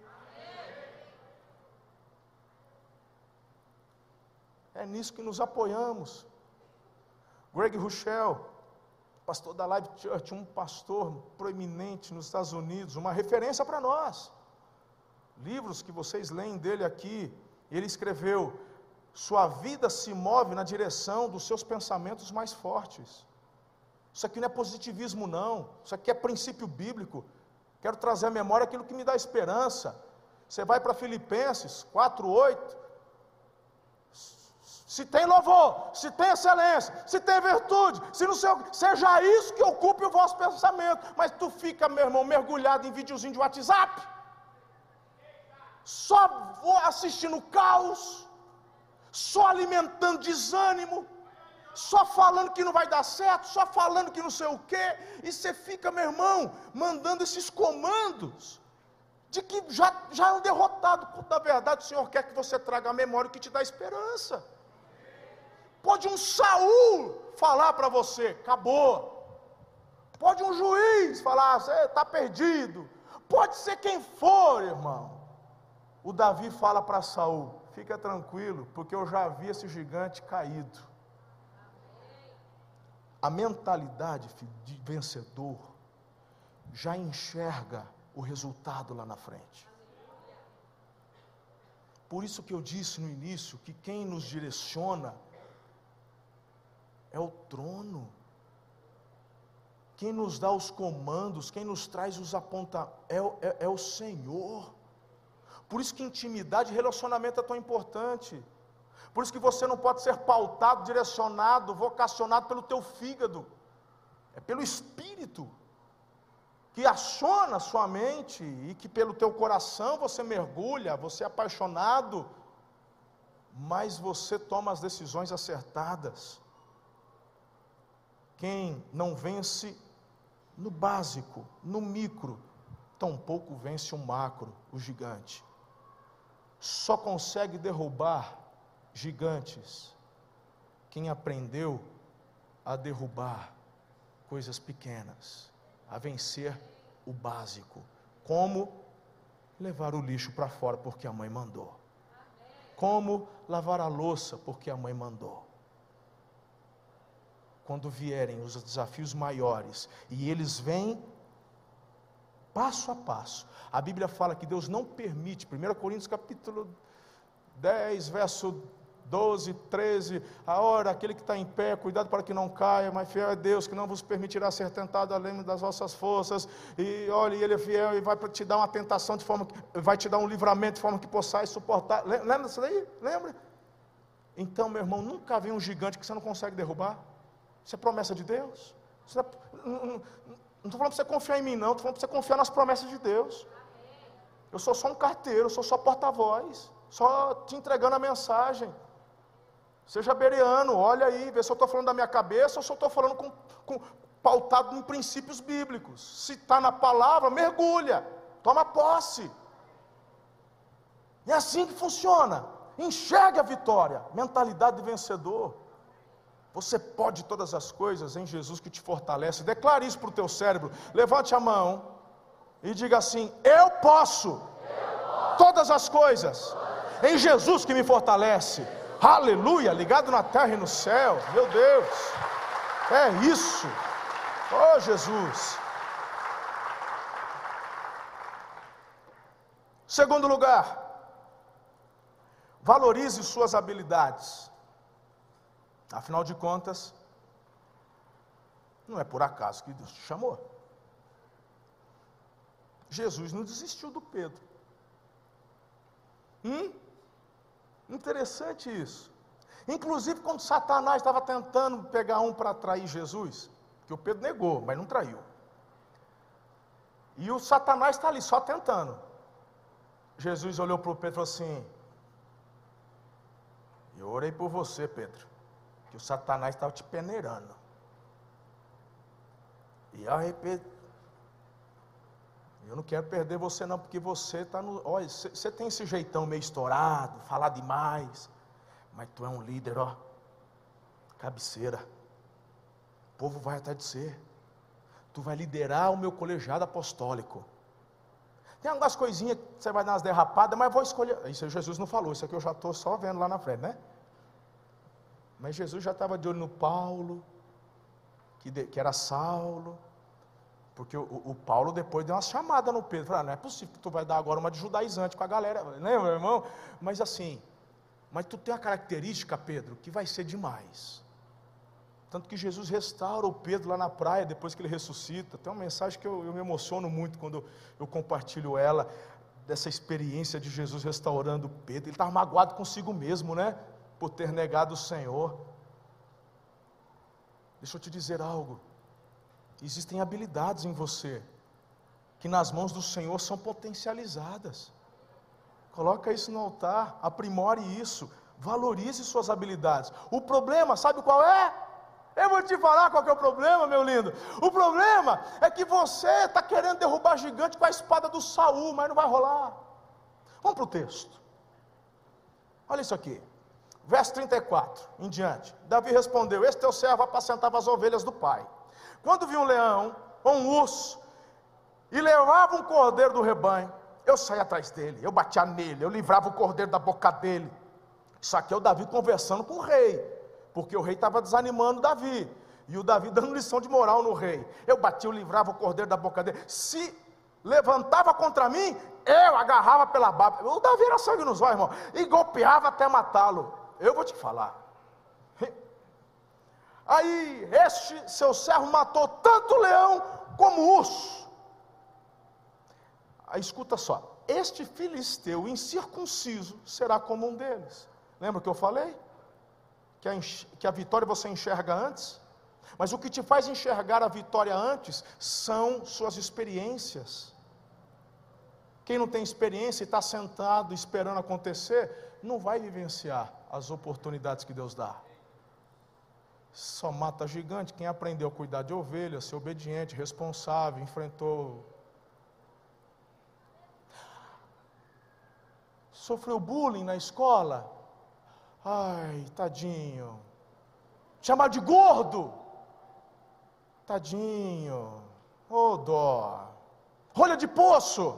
É nisso que nos apoiamos. Greg Rochelle, pastor da Live Church, um pastor proeminente nos Estados Unidos, uma referência para nós. Livros que vocês leem dele aqui, ele escreveu: sua vida se move na direção dos seus pensamentos mais fortes. Isso aqui não é positivismo não, isso aqui é princípio bíblico. Quero trazer à memória aquilo que me dá esperança. Você vai para Filipenses quatro, oito, se tem louvor, se tem excelência, se tem virtude, se não sei, seja isso que ocupe o vosso pensamento. Mas tu fica, meu irmão, mergulhado em videozinho de WhatsApp, só assistindo caos, só alimentando desânimo, só falando que não vai dar certo, só falando que não sei o quê, e você fica, meu irmão, mandando esses comandos, de que já, já é um derrotado. Na verdade, o Senhor quer que você traga a memória que te dá esperança. Pode um Saul falar para você, acabou. Pode um juiz falar, você está perdido. Pode ser quem for, irmão. O Davi fala para Saul, fica tranquilo, porque eu já vi esse gigante caído. A mentalidade de vencedor já enxerga o resultado lá na frente. Por isso que eu disse no início, que quem nos direciona é o trono. Quem nos dá os comandos, quem nos traz os apontamentos, é, é, é o Senhor. Por isso que intimidade e relacionamento é tão importante. Por isso que você não pode ser pautado, direcionado, vocacionado pelo teu fígado. É pelo Espírito, que aciona a sua mente, e que pelo teu coração você mergulha, você é apaixonado, mas você toma as decisões acertadas. Quem não vence no básico, no micro, tampouco vence o macro, o gigante. Só consegue derrubar gigantes quem aprendeu a derrubar coisas pequenas, a vencer o básico. Como levar o lixo para fora porque a mãe mandou. Como lavar a louça porque a mãe mandou. Quando vierem os desafios maiores, e eles vêm passo a passo. A Bíblia fala que Deus não permite, primeira Coríntios capítulo dez, verso doze, treze, a hora, aquele que está em pé, cuidado para que não caia, mas fiel é Deus, que não vos permitirá ser tentado além das vossas forças, e olha, Ele é fiel, e vai te dar uma tentação de forma que, vai te dar um livramento de forma que possais suportar. Lembra disso daí? Lembra? Então, meu irmão, nunca vem um gigante que você não consegue derrubar. Isso é promessa de Deus. Isso é, não estou falando para você confiar em mim não, estou falando para você confiar nas promessas de Deus. Eu sou só um carteiro, eu sou só porta-voz, só te entregando a mensagem. Seja bereano, olha aí, vê se eu estou falando da minha cabeça ou se eu estou falando com, com, pautado em princípios bíblicos. Se está na palavra, mergulha, toma posse. É assim que funciona. Enxergue a vitória, mentalidade de vencedor. Você pode todas as coisas em Jesus que te fortalece. Declare isso para o teu cérebro. Levante a mão e diga assim: eu posso, eu posso. Todas as coisas em Jesus que me fortalece. Aleluia, ligado na terra e no céu. Meu Deus, é isso. Oh Jesus. Segundo lugar, Valorize suas habilidades. Afinal de contas, não é por acaso que Deus te chamou. Jesus não desistiu do Pedro. Hum? Interessante isso. Inclusive quando Satanás estava tentando pegar um para trair Jesus, que o Pedro negou, mas não traiu. E o Satanás está ali só tentando. Jesus olhou para o Pedro e falou assim: eu orei por você, Pedro, que o Satanás estava te peneirando. E aí, Pedro, eu não quero perder você não, porque você está no... Olha, você tem esse jeitão meio estourado, falar demais, mas tu é um líder, ó, cabeceira. O povo vai atrás de você. Tu vai liderar o meu colegiado apostólico. Tem algumas coisinhas que você vai dar umas derrapadas, mas vou escolher. Isso Jesus não falou, isso aqui eu já estou só vendo lá na frente, né? Mas Jesus já estava de olho no Paulo, que, de, que era Saulo, porque o, o Paulo depois deu uma chamada no Pedro, falou: ah, não é possível que tu vai dar agora uma de judaizante com a galera, né, meu irmão? Mas assim, mas tu tem uma característica, Pedro, que vai ser demais. Tanto que Jesus restaura o Pedro lá na praia, depois que ele ressuscita. Tem uma mensagem que eu, eu me emociono muito quando eu compartilho ela, dessa experiência de Jesus restaurando Pedro. Ele estava magoado consigo mesmo, né? Por ter negado o Senhor. Deixa eu te dizer algo. Existem habilidades em você, que nas mãos do Senhor são potencializadas. Coloca isso no altar, aprimore isso, valorize suas habilidades. O problema, sabe qual é? Eu vou te falar qual que é o problema, meu lindo. O problema é que você está querendo derrubar gigante com a espada do Saul, mas não vai rolar. Vamos para o texto. Olha isso aqui. Verso trinta e quatro, em diante. Davi respondeu: esse teu servo apacentava as ovelhas do pai. Quando vi um leão ou um urso e levava um cordeiro do rebanho, eu saía atrás dele, eu batia nele, eu livrava o cordeiro da boca dele. Isso aqui é o Davi conversando com o rei, porque o rei estava desanimando Davi, e o Davi dando lição de moral no rei. Eu batia, eu livrava o cordeiro da boca dele. Se levantava contra mim, eu agarrava pela barba. O Davi era sangue nos olhos, irmão, e golpeava até matá-lo. Eu vou te falar. Aí este seu servo matou tanto o leão como o urso. Aí escuta só: este filisteu incircunciso será como um deles. Lembra que eu falei? Que a, que a vitória você enxerga antes, mas o que te faz enxergar a vitória antes são suas experiências. Quem não tem experiência e está sentado esperando acontecer, não vai vivenciar as oportunidades que Deus dá. Só mata gigante quem aprendeu a cuidar de ovelhas, ser obediente, responsável, enfrentou. Sofreu bullying na escola? Ai, tadinho. Chamado de gordo? Tadinho. Ô, dó. Rolha de poço?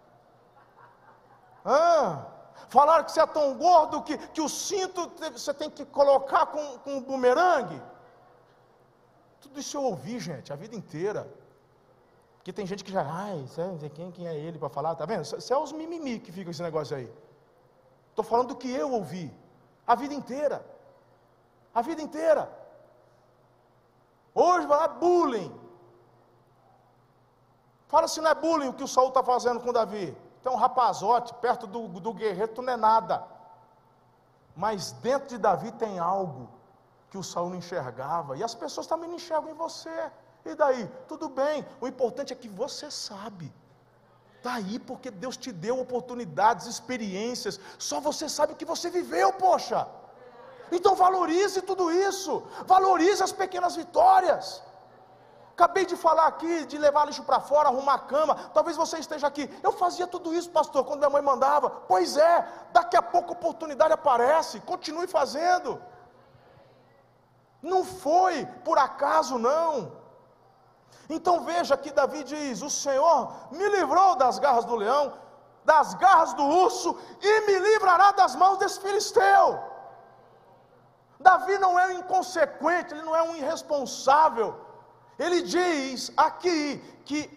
Ah, falaram que você é tão gordo que, que o cinto você tem que colocar com, com um bumerangue. Tudo isso eu ouvi, gente, a vida inteira. Porque tem gente que já, ai, sabe quem, quem é ele para falar, tá vendo? Isso é os mimimi que ficam esse negócio aí. Estou falando do que eu ouvi. A vida inteira. A vida inteira. Hoje vai lá, bullying. Fala se não é bullying o que o Saul está fazendo com Davi. Tem um rapazote perto do, do guerreiro, tu não é nada. Mas dentro de Davi tem algo que o Saul não enxergava. E as pessoas também não enxergam em você. E daí? Tudo bem. O importante é que você sabe. Daí porque Deus te deu oportunidades, experiências. Só você sabe o que você viveu, poxa. Então valorize tudo isso. Valorize as pequenas vitórias. Acabei de falar aqui, de levar lixo para fora, arrumar a cama. Talvez você esteja aqui. Eu fazia tudo isso, pastor, quando minha mãe mandava. Pois é, daqui a pouco a oportunidade aparece. Continue fazendo. Não foi por acaso, não. Então veja que Davi diz: o Senhor me livrou das garras do leão, das garras do urso, e me livrará das mãos desse filisteu. Davi não é um inconsequente, ele não é um irresponsável. Ele diz aqui que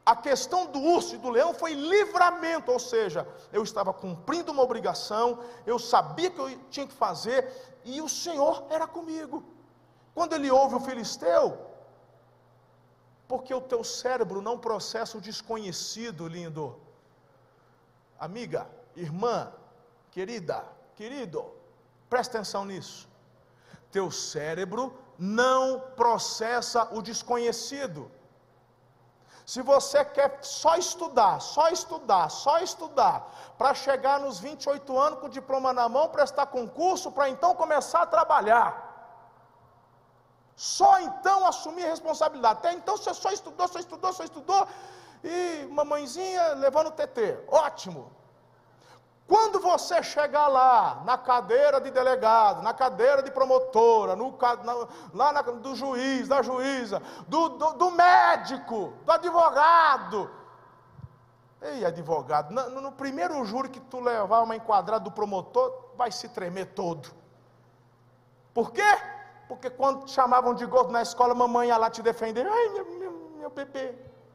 A questão do urso e do leão foi livramento, ou seja, eu estava cumprindo uma obrigação, eu sabia que eu tinha que fazer, e o Senhor era comigo. Quando ele ouve o filisteu, porque o teu cérebro não processa o desconhecido, lindo. Amiga, irmã, querida, querido, presta atenção nisso. Teu cérebro não processa o desconhecido. Se você quer só estudar, só estudar, só estudar, para chegar nos vinte e oito anos com o diploma na mão, prestar concurso, para então começar a trabalhar. Só então assumir a responsabilidade. Até então você só estudou, só estudou, só estudou, e mamãezinha levando o tetê. Ótimo. Quando você chegar lá, na cadeira de delegado, na cadeira de promotora, no, na, lá na, do juiz, da juíza, do, do, do médico, do advogado. Ei, advogado, no, no primeiro júri que tu levar uma enquadrada do promotor, vai se tremer todo. Por quê? Porque quando te chamavam de gordo na escola, mamãe ia lá te defender. Ai, meu, meu, meu bebê.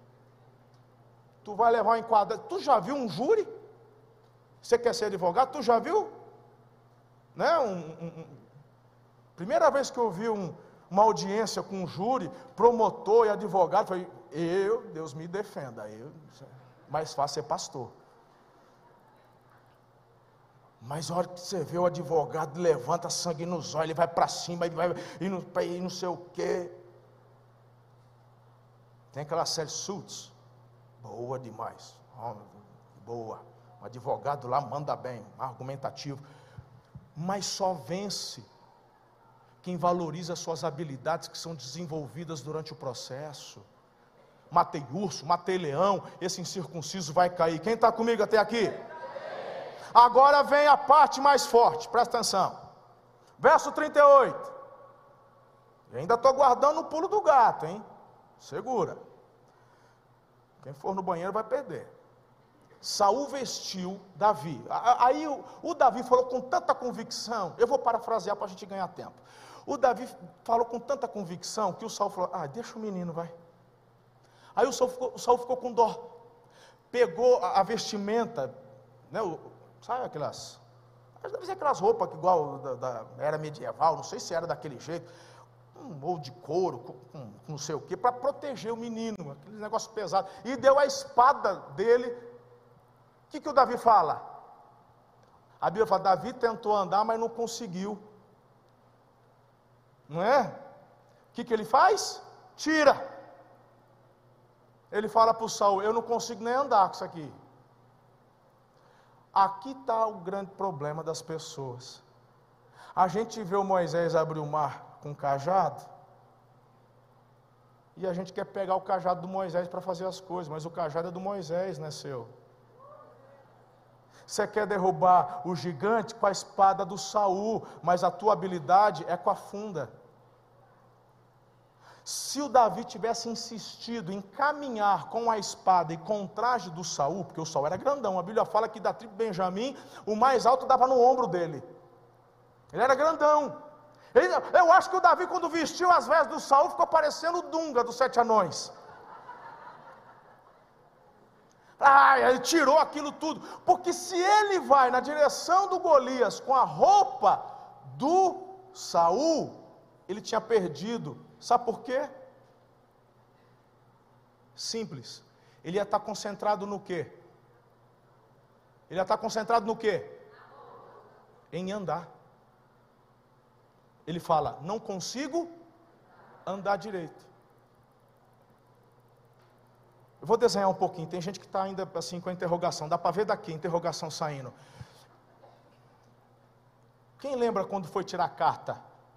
Tu vai levar uma enquadrada. Tu já viu um júri? Você quer ser advogado? Tu já viu? Né? Um, um, um, primeira vez que eu vi um, uma audiência com um júri, promotor e advogado, falei, eu, Deus me defenda, eu, mais fácil ser pastor. Mas a hora que você vê o advogado, levanta sangue nos olhos, ele vai para cima, ele vai, e não, e não sei o quê. Tem aquela série Suits, boa demais, oh, boa. O advogado lá manda bem, argumentativo, mas só vence quem valoriza suas habilidades que são desenvolvidas durante o processo. Matei urso, matei leão, esse incircunciso vai cair. Quem está comigo até aqui? Agora vem a parte mais forte, presta atenção. Verso trinta e oito. Eu ainda estou guardando o pulo do gato, hein? Segura. Quem for no banheiro vai perder. Saul vestiu Davi. Aí o, o Davi falou com tanta convicção, eu vou parafrasear para a gente ganhar tempo. O Davi falou com tanta convicção que o Saul falou, ah, deixa o menino, vai. Aí o Saul ficou, o Saul ficou com dó. Pegou a, a vestimenta, né, o, sabe aquelas, deve ser aquelas roupas que igual da, da era medieval, não sei se era daquele jeito, um, ou de couro, com, com não sei o que, para proteger o menino, aquele negócio pesado, e deu a espada dele. O que, que o Davi fala? A Bíblia fala, Davi tentou andar, mas não conseguiu. Não é? O que, que ele faz? Tira. Ele fala para o Saul, eu não consigo nem andar com isso aqui. Aqui está o grande problema das pessoas. A gente vê o Moisés abrir o mar com cajado, e a gente quer pegar o cajado do Moisés para fazer as coisas, mas o cajado é do Moisés, não é seu. Você quer derrubar o gigante com a espada do Saul, mas a tua habilidade é com a funda. Se o Davi tivesse insistido em caminhar com a espada e com o traje do Saul, porque o Saul era grandão, a Bíblia fala que da tribo de Benjamim, o mais alto dava no ombro dele. Ele era grandão. Ele, eu acho que o Davi, quando vestiu as vestes do Saul, ficou parecendo o Dunga dos sete anões. Ah, ele tirou aquilo tudo, porque se ele vai na direção do Golias com a roupa do Saul, ele tinha perdido. Sabe por quê? Simples. Ele ia estar concentrado no quê? Ele ia estar concentrado no quê? Em andar. Ele fala, não consigo andar direito. Eu vou desenhar um pouquinho, tem gente que está ainda assim com a interrogação, dá para ver daqui a interrogação saindo. Quem lembra quando foi tirar a carta?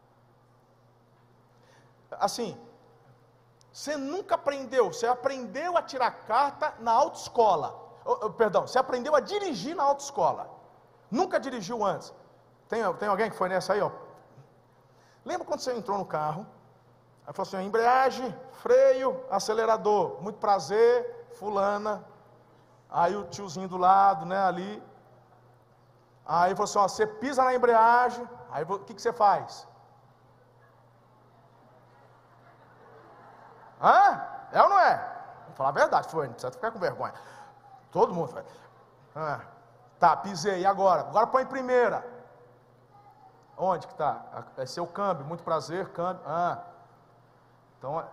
Assim, você nunca aprendeu, você aprendeu a tirar carta na autoescola, oh, perdão, você aprendeu a dirigir na autoescola, nunca dirigiu antes. Tem, tem alguém que foi nessa aí, ó? Lembra quando você entrou no carro? Aí falou assim, embreagem, freio, acelerador, muito prazer, fulana. Aí o tiozinho do lado, né, ali. Aí falou assim, ó, você pisa na embreagem, aí o que, que você faz? Hã? É ou não é? falar a verdade, foi, não precisa ficar com vergonha. Todo mundo foi. Ah, tá, pisei, e agora? Agora põe em primeira. Onde que está? É seu câmbio, muito prazer, câmbio. Ah, então,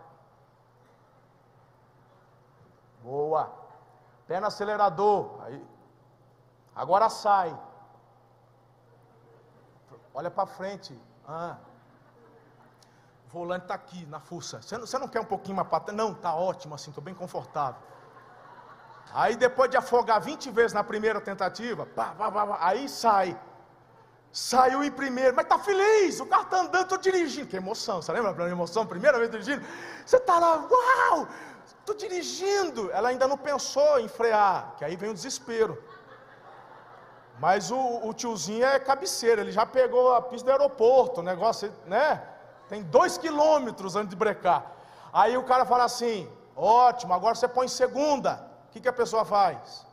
boa. Pé no acelerador. Aí, agora sai. Olha para frente. Ah. O volante está aqui, na fuça. Você não, você não quer um pouquinho mais para trás? Não, está ótimo assim, estou bem confortável. Aí depois de afogar vinte vezes na primeira tentativa, pá, pá, pá, pá, aí sai. Saiu em primeiro, mas está feliz, o carro está andando, estou dirigindo. Que emoção, você lembra da emoção? Primeira vez dirigindo. Você está lá, uau, estou dirigindo. Ela ainda não pensou em frear, que aí vem o desespero. Mas o, o tiozinho é cabeceira, ele já pegou a pista do aeroporto, o negócio, né? Tem dois quilômetros antes de brecar. Aí o cara fala assim, ótimo, agora você põe em segunda. O que, que a pessoa faz?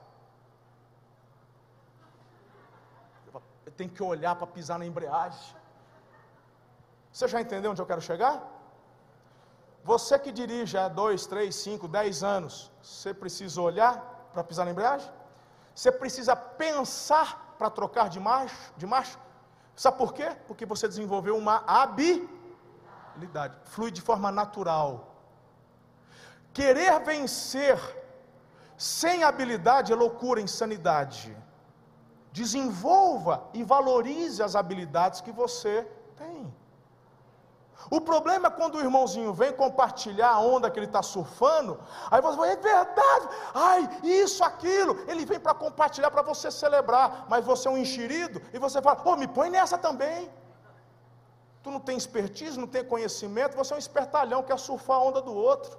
Tem que olhar para pisar na embreagem. Você já entendeu onde eu quero chegar? Você que dirige há dois, três, cinco, dez anos, você precisa olhar para pisar na embreagem? Você precisa pensar para trocar de marcha, de marcha? Sabe por quê? Porque você desenvolveu uma habilidade, flui de forma natural. Querer vencer sem habilidade é loucura, insanidade. Desenvolva e valorize as habilidades que você tem. O problema é quando o irmãozinho vem compartilhar a onda que ele está surfando, aí você fala, é verdade, ai, isso, aquilo, ele vem para compartilhar, para você celebrar, mas você é um enxerido, e você fala, ô, oh, me põe nessa também. Tu não tem expertise, não tem conhecimento, você é um espertalhão, quer surfar a onda do outro.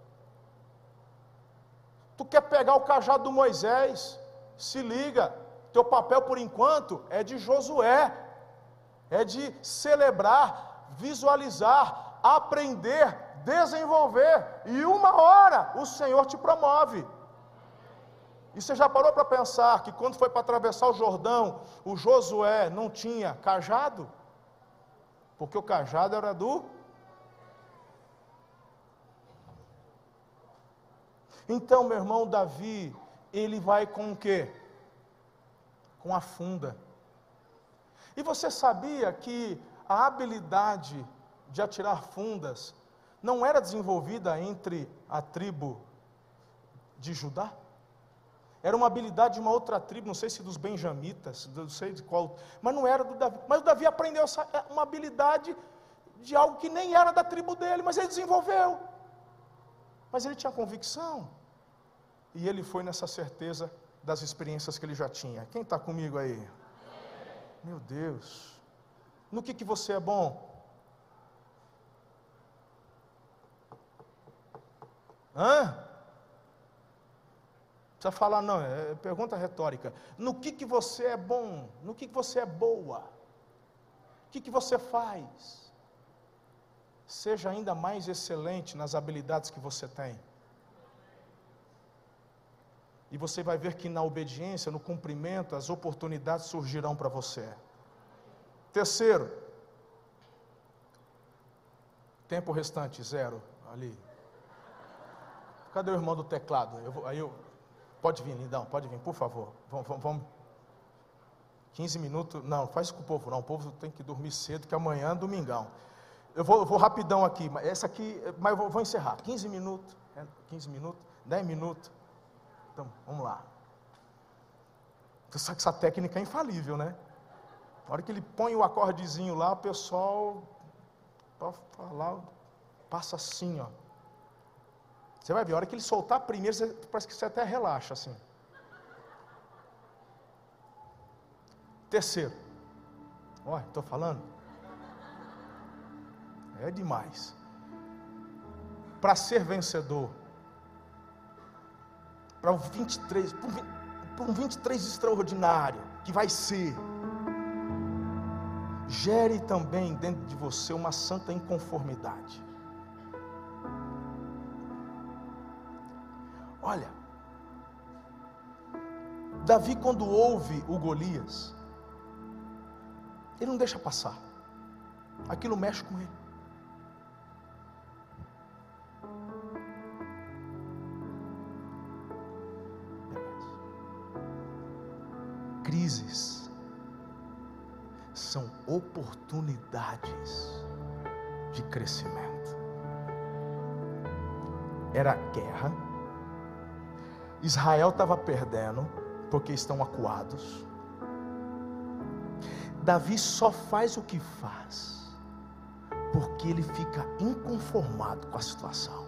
Tu quer pegar o cajado do Moisés, se liga, teu papel por enquanto é de Josué, é de celebrar, visualizar, aprender, desenvolver, e uma hora o Senhor te promove. E você já parou para pensar que quando foi para atravessar o Jordão, o Josué não tinha cajado? Porque o cajado era do... Então, meu irmão Davi, ele vai com o quê? Com a funda. E você sabia que a habilidade de atirar fundas não era desenvolvida entre a tribo de Judá? Era uma habilidade de uma outra tribo, não sei se dos benjamitas, não sei de qual, mas não era do Davi. Mas o Davi aprendeu essa, uma habilidade de algo que nem era da tribo dele, mas ele desenvolveu. Mas ele tinha convicção. E ele foi nessa certeza das experiências que ele já tinha. Quem está comigo aí? Meu Deus. No que, que você é bom? Hã? Não precisa falar não, é pergunta retórica. No que, que você é bom? No que, que você é boa? O que, que você faz? Seja ainda mais excelente nas habilidades que você tem. E você vai ver que na obediência, no cumprimento, as oportunidades surgirão para você. Terceiro, tempo restante, zero, ali. Cadê o irmão do teclado? Eu vou, aí eu, pode vir, lindão, pode vir, por favor. Vamos, vamos, vamos. quinze minutos, não, faz isso com o povo não, o povo tem que dormir cedo, que amanhã é domingão. Eu vou, eu vou rapidão aqui, essa aqui, mas eu vou, vou encerrar. quinze minutos, quinze minutos, dez minutos. Então, vamos lá. Você sabe que essa técnica é infalível, né? Na hora que ele põe o acordezinho lá, o pessoal, para falar, passa assim, ó. Você vai ver, a hora que ele soltar primeiro, você, parece que você até relaxa, assim. Terceiro. Ó, estou falando? É demais. Para ser vencedor, para o vinte e três, para um vinte e três extraordinário, que vai ser, gere também dentro de você uma santa inconformidade. Olha, Davi, quando ouve o Golias, ele não deixa passar, aquilo mexe com ele. crises são oportunidades de crescimento. Era guerra, Israel estava perdendo, porque estão acuados. Davi só faz o que faz, porque ele fica inconformado com a situação.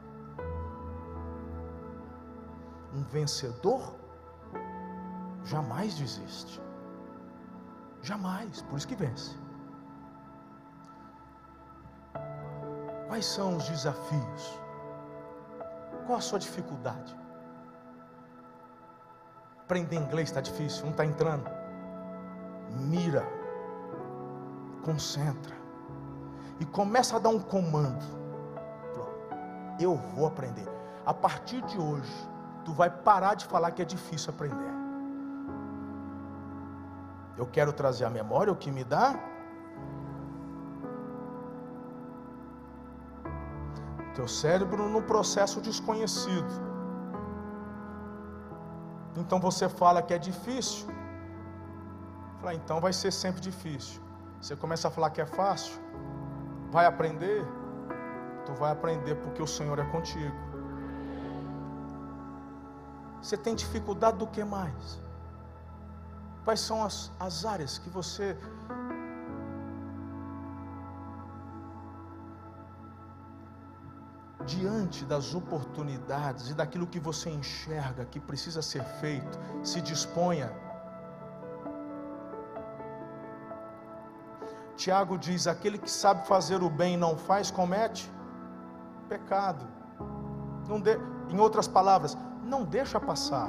Um vencedor jamais desiste, jamais, por isso que vence. Quais são os desafios? Qual a sua dificuldade? Aprender inglês está difícil, não está entrando. Mira, concentra e começa a dar um comando. Eu vou aprender. A partir de hoje, tu vai parar de falar que é difícil aprender. Eu quero trazer à memória o que me dá. Teu cérebro no processo desconhecido. Então você fala que é difícil. Fala, então vai ser sempre difícil. Você começa a falar que é fácil. Vai aprender. Tu vai aprender porque o Senhor é contigo. Você tem dificuldade do que mais? Quais são as, as áreas que você... diante das oportunidades e daquilo que você enxerga que precisa ser feito, se disponha. Tiago diz: aquele que sabe fazer o bem e não faz, comete pecado. Não de... Em outras palavras, não deixa passar.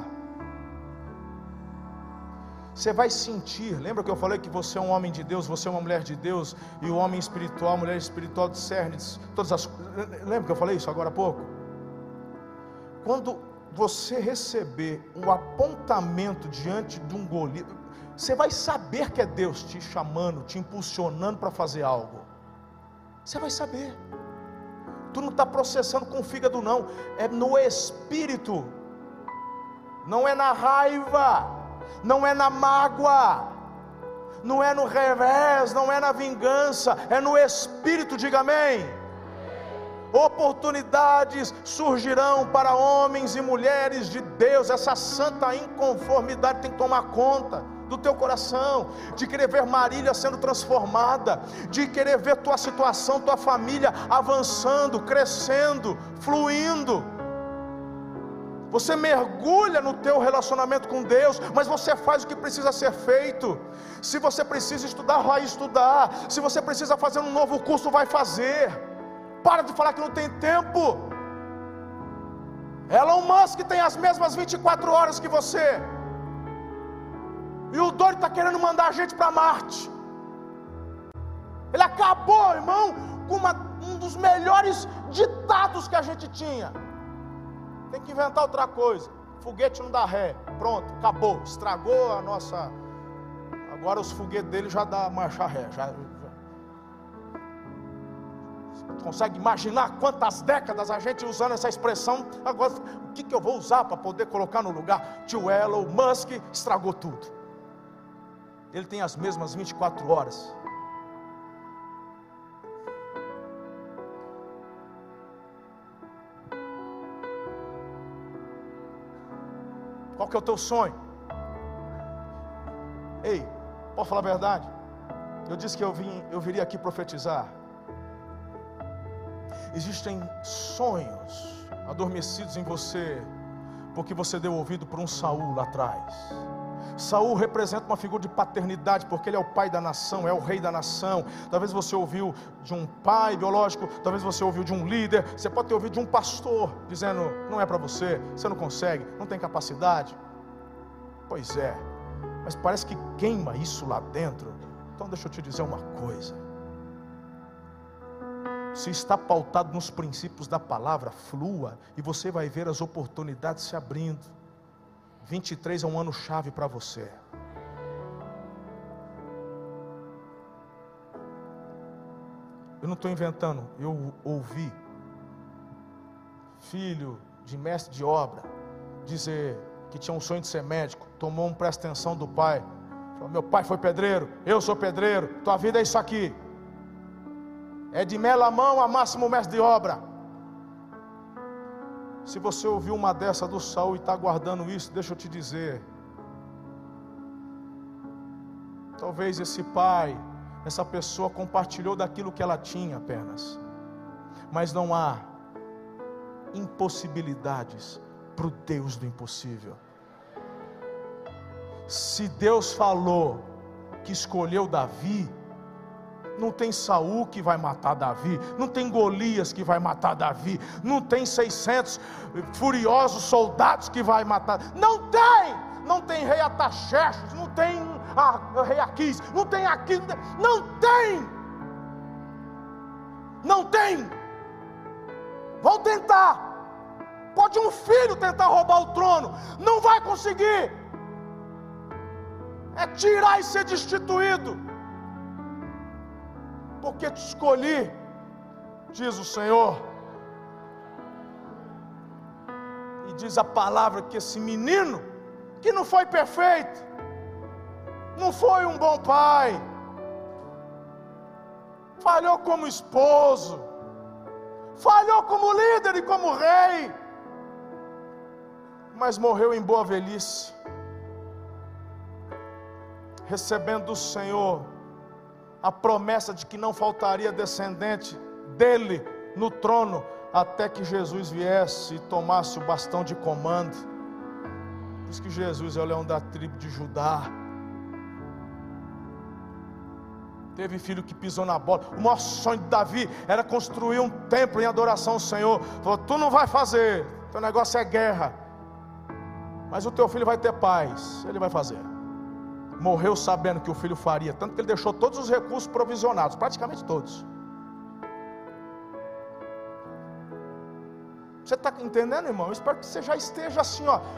Você vai sentir, lembra que eu falei que você é um homem de Deus, você é uma mulher de Deus, e o homem espiritual, a mulher espiritual discerne todas as... Lembra que eu falei isso agora há pouco? Quando você receber um apontamento diante de um Golias, você vai saber que é Deus te chamando, te impulsionando para fazer algo. Você vai saber. Tu não está processando com o fígado não, é no espírito, não é na raiva, não é na mágoa, não é no revés, não é na vingança, é no espírito. Diga amém. Oportunidades surgirão para homens e mulheres de Deus. Essa santa inconformidade tem que tomar conta do teu coração, de querer ver Marília sendo transformada, de querer ver tua situação, tua família avançando, crescendo, fluindo. Você mergulha no teu relacionamento com Deus, mas você faz o que precisa ser feito. Se você precisa estudar, vai estudar. Se você precisa fazer um novo curso, vai fazer. Para de falar que não tem tempo. Elon Musk tem as mesmas vinte e quatro horas que você, e o doido está querendo mandar a gente para Marte. Ele acabou, irmão, com uma, um dos melhores ditados que a gente tinha. Tem que inventar outra coisa. Foguete não dá ré. Pronto, acabou, estragou a nossa. Agora os foguetes dele já dá marcha ré. Já... Você consegue imaginar quantas décadas a gente usando essa expressão? Agora, o que, que eu vou usar para poder colocar no lugar? Tio Elon Musk estragou tudo. Ele tem as mesmas vinte e quatro horas. Qual que é o teu sonho? Ei, posso falar a verdade? Eu disse que eu, vim, eu viria aqui profetizar. Existem sonhos adormecidos em você, porque você deu ouvido para um Saul lá atrás. Saul representa uma figura de paternidade, porque ele é o pai da nação, é o rei da nação. Talvez você ouviu de um pai biológico, talvez você ouviu de um líder, você pode ter ouvido de um pastor, dizendo, não é para você, você não consegue, não tem capacidade. Pois é, mas parece que queima isso lá dentro. Então deixa eu te dizer uma coisa. Se está pautado nos princípios da palavra, flua, e você vai ver as oportunidades se abrindo. vinte e três é um ano chave para você. Eu não estou inventando, eu ouvi filho de mestre de obra dizer que tinha um sonho de ser médico, tomou um presta atenção do pai. Falou: meu pai foi pedreiro, eu sou pedreiro, tua vida é isso aqui. É de mela a mão a máximo mestre de obra. Se você ouviu uma dessa do Saul e está guardando isso, deixa eu te dizer. Talvez esse pai, essa pessoa compartilhou daquilo que ela tinha apenas. Mas não há impossibilidades para o Deus do impossível. Se Deus falou que escolheu Davi, não tem Saul que vai matar Davi, não tem Golias que vai matar Davi, não tem seiscentos furiosos soldados que vai matar, não tem, não tem rei Ataxerxes, não tem a, rei Aquis, não tem Aquis, não tem, não tem. Vão tentar, pode um filho tentar roubar o trono, não vai conseguir, é tirar e ser destituído. Porque te escolhi, diz o Senhor. E diz a palavra que esse menino, que não foi perfeito, não foi um bom pai, falhou como esposo, falhou como líder e como rei, mas morreu em boa velhice, recebendo do Senhor a promessa de que não faltaria descendente dele no trono, até que Jesus viesse e tomasse o bastão de comando. Por isso que Jesus é o leão da tribo de Judá. Teve filho que pisou na bola. O maior sonho de Davi era construir um templo em adoração ao Senhor. Falou: tu não vai fazer, teu negócio é guerra, mas o teu filho vai ter paz, ele vai fazer. Morreu sabendo que o filho faria, tanto que ele deixou todos os recursos provisionados, praticamente todos. Você está entendendo, irmão? Eu espero que você já esteja assim, ó.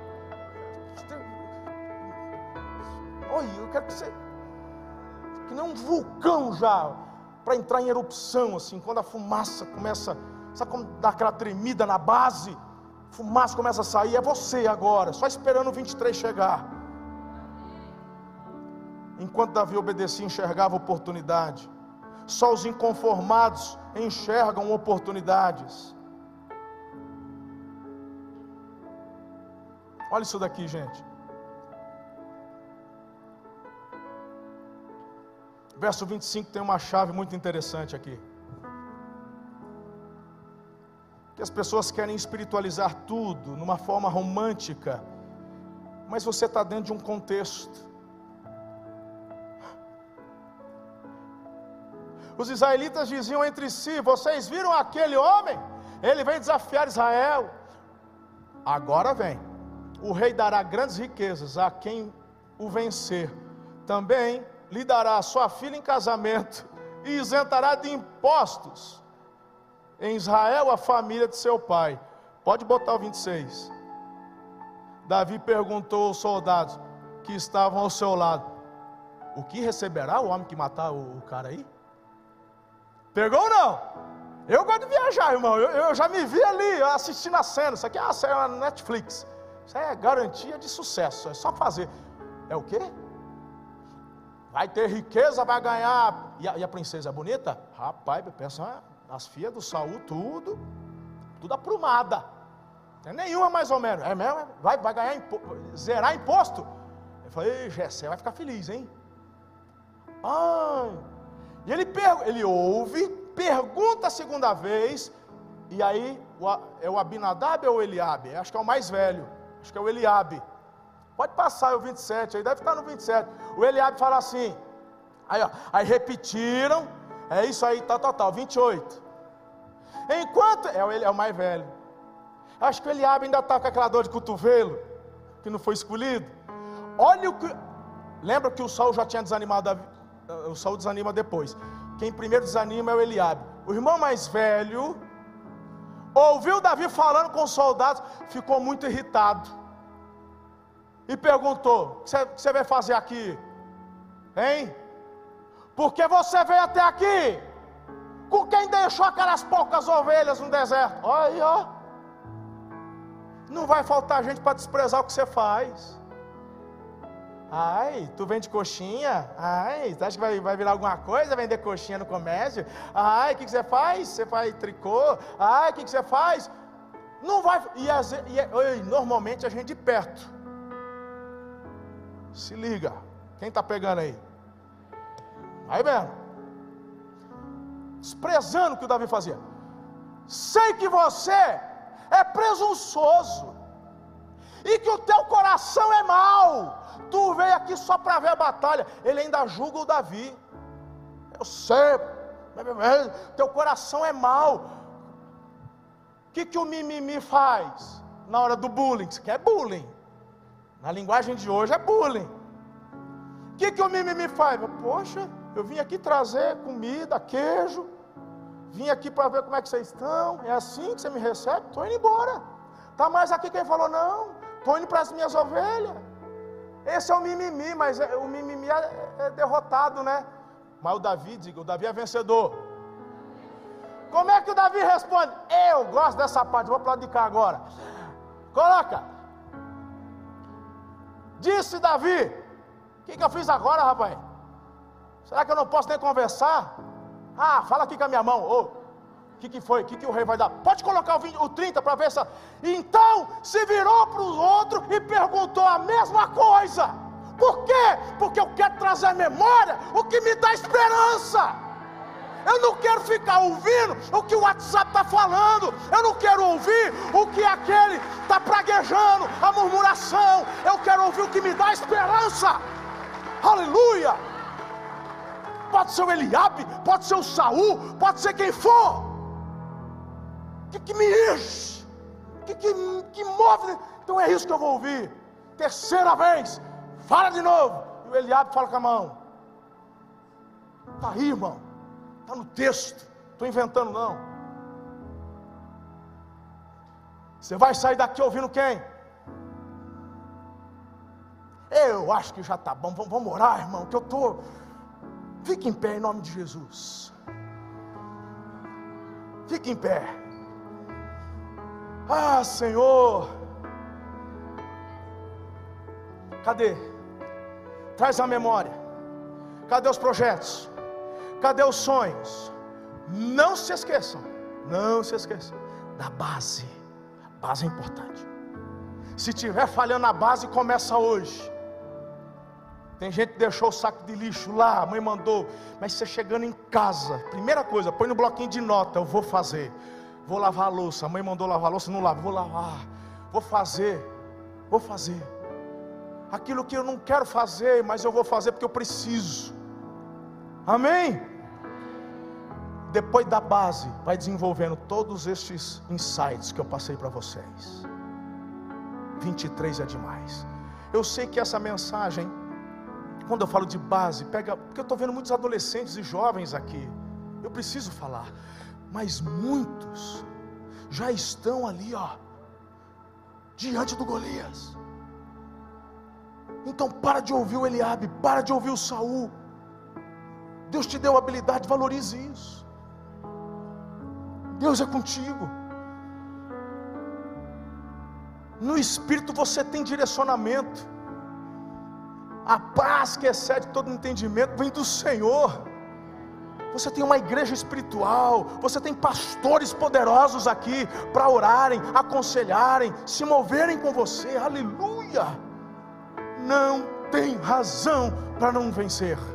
Oi, eu quero que você, que nem um vulcão já, para entrar em erupção, assim, quando a fumaça começa, sabe como dá aquela tremida na base? Fumaça começa a sair, é você agora, só esperando o vinte e três chegar. Enquanto Davi obedecia, enxergava oportunidade. Só os inconformados enxergam oportunidades. Olha isso daqui, gente. Verso vinte e cinco tem uma chave muito interessante aqui. Que as pessoas querem espiritualizar tudo numa forma romântica, mas você está dentro de um contexto. Os israelitas diziam entre si: vocês viram aquele homem? Ele vem desafiar Israel. Agora vem. O rei dará grandes riquezas a quem o vencer. Também lhe dará a sua filha em casamento e isentará de impostos em Israel a família de seu pai. Pode botar o vinte e seis. Davi perguntou aos soldados que estavam ao seu lado: o que receberá o homem que matar o cara aí? Pegou ou não? Eu gosto de viajar, irmão. Eu, eu já me vi ali assistindo a cena. Isso aqui é uma série na Netflix. Isso é garantia de sucesso. É só fazer. É o quê? Vai ter riqueza, vai ganhar. E a, e a princesa é bonita? Rapaz, pensa, as filhas do Saul, tudo, tudo aprumada. Não é nenhuma mais ou menos. É mesmo? Vai, vai ganhar, impo, zerar imposto. Eu falei: Jessé vai ficar feliz, hein? Ai. E ele, ele ouve, pergunta a segunda vez, e aí, o, é o Abinadab ou o Eliabe? Acho que é o mais velho, acho que é o Eliabe. Pode passar, é o vinte e sete, aí deve estar no vinte e sete. O Eliabe fala assim, aí, ó, aí repetiram, é isso aí, tal, tal, tal, vinte e oito. Enquanto, é o, é o mais velho. Acho que o Eliabe ainda está com aquela dor de cotovelo, que não foi escolhido. Olha o que, lembra que o Saul já tinha desanimado a vida? O Saul desanima depois. Quem primeiro desanima é o Eliabe. O irmão mais velho ouviu Davi falando com os soldados, ficou muito irritado e perguntou: o que você vai fazer aqui? Hein? Porque você veio até aqui com quem deixou aquelas poucas ovelhas no deserto? Olha aí, ó. Não vai faltar gente para desprezar o que você faz. Ai, tu vende coxinha? Ai, tu acha que vai, vai virar alguma coisa vender coxinha no comércio? Ai, o que, que você faz? Você faz tricô? Ai, o que, que você faz? Não vai. E, as, e, e normalmente a gente de perto. Se liga. Quem está pegando aí? Aí mesmo. Desprezando o que o Davi fazia. Sei que você é presunçoso e que o teu coração é mau. Tu veio aqui só para ver a batalha. Ele ainda julga o Davi. Eu sei, teu coração é mau. O que, que o mimimi faz na hora do bullying? Isso aqui é bullying. Na linguagem de hoje é bullying. O que, que o mimimi faz? Poxa, eu vim aqui trazer comida, queijo. Vim aqui para ver como é que vocês estão. É assim que você me recebe? Estou indo embora. Está mais aqui quem falou? Não, estou indo para as minhas ovelhas. Esse é o mimimi, mas o mimimi é, é derrotado, né? Mas o Davi, diga, o Davi é vencedor. Como é que o Davi responde? Eu gosto dessa parte, vou para o lado de cá agora. Coloca. Disse Davi, o que, que eu fiz agora, rapaz? Será que eu não posso nem conversar? Ah, fala aqui com a minha mão. O oh, que, que foi? O que, que o rei vai dar? Pode colocar o, vinte, o trinta para ver essa. Então se virou para os outros e perguntou a mesma coisa. Por quê? Porque eu quero trazer à memória o que me dá esperança. Eu não quero ficar ouvindo o que o WhatsApp está falando. Eu não quero ouvir o que aquele está praguejando, a murmuração. Eu quero ouvir o que me dá esperança. Aleluia! Pode ser o Eliabe, pode ser o Saul, pode ser quem for. O que, que me enche? O que, que, que move? Então é isso que eu vou ouvir. Terceira vez, fala de novo. E o Eliabe fala com a mão. Está aí, irmão. Está no texto. Estou inventando não. Você vai sair daqui ouvindo quem? Eu acho que já está bom. Vamos, vamos orar, irmão, que eu estou... Fique em pé em nome de Jesus. Fique em pé. Ah, Senhor. Cadê? Traz a memória. Cadê os projetos? Cadê os sonhos? Não se esqueçam. Não se esqueçam da base. A base é importante. Se estiver falhando na base, começa hoje. Tem gente que deixou o saco de lixo lá, a mãe mandou. Mas você chegando em casa, primeira coisa, põe no bloquinho de nota. Eu vou fazer, vou lavar a louça. A mãe mandou lavar a louça, não lavo, vou lavar. Vou fazer, vou fazer aquilo que eu não quero fazer, mas eu vou fazer porque eu preciso. Amém? Depois da base, vai desenvolvendo todos estes insights que eu passei para vocês. vinte e três é demais. Eu sei que essa mensagem, quando eu falo de base, pega, porque eu estou vendo muitos adolescentes e jovens aqui. Eu preciso falar, mas muitos já estão ali, ó, diante do Golias. Então para de ouvir o Eliabe, para de ouvir o Saul. Deus te deu habilidade, valorize isso. Deus é contigo. No Espírito você tem direcionamento. A paz que excede todo entendimento vem do Senhor. Você tem uma igreja espiritual. Você tem pastores poderosos aqui para orarem, aconselharem, se moverem com você. Aleluia! Não tem razão para não vencer.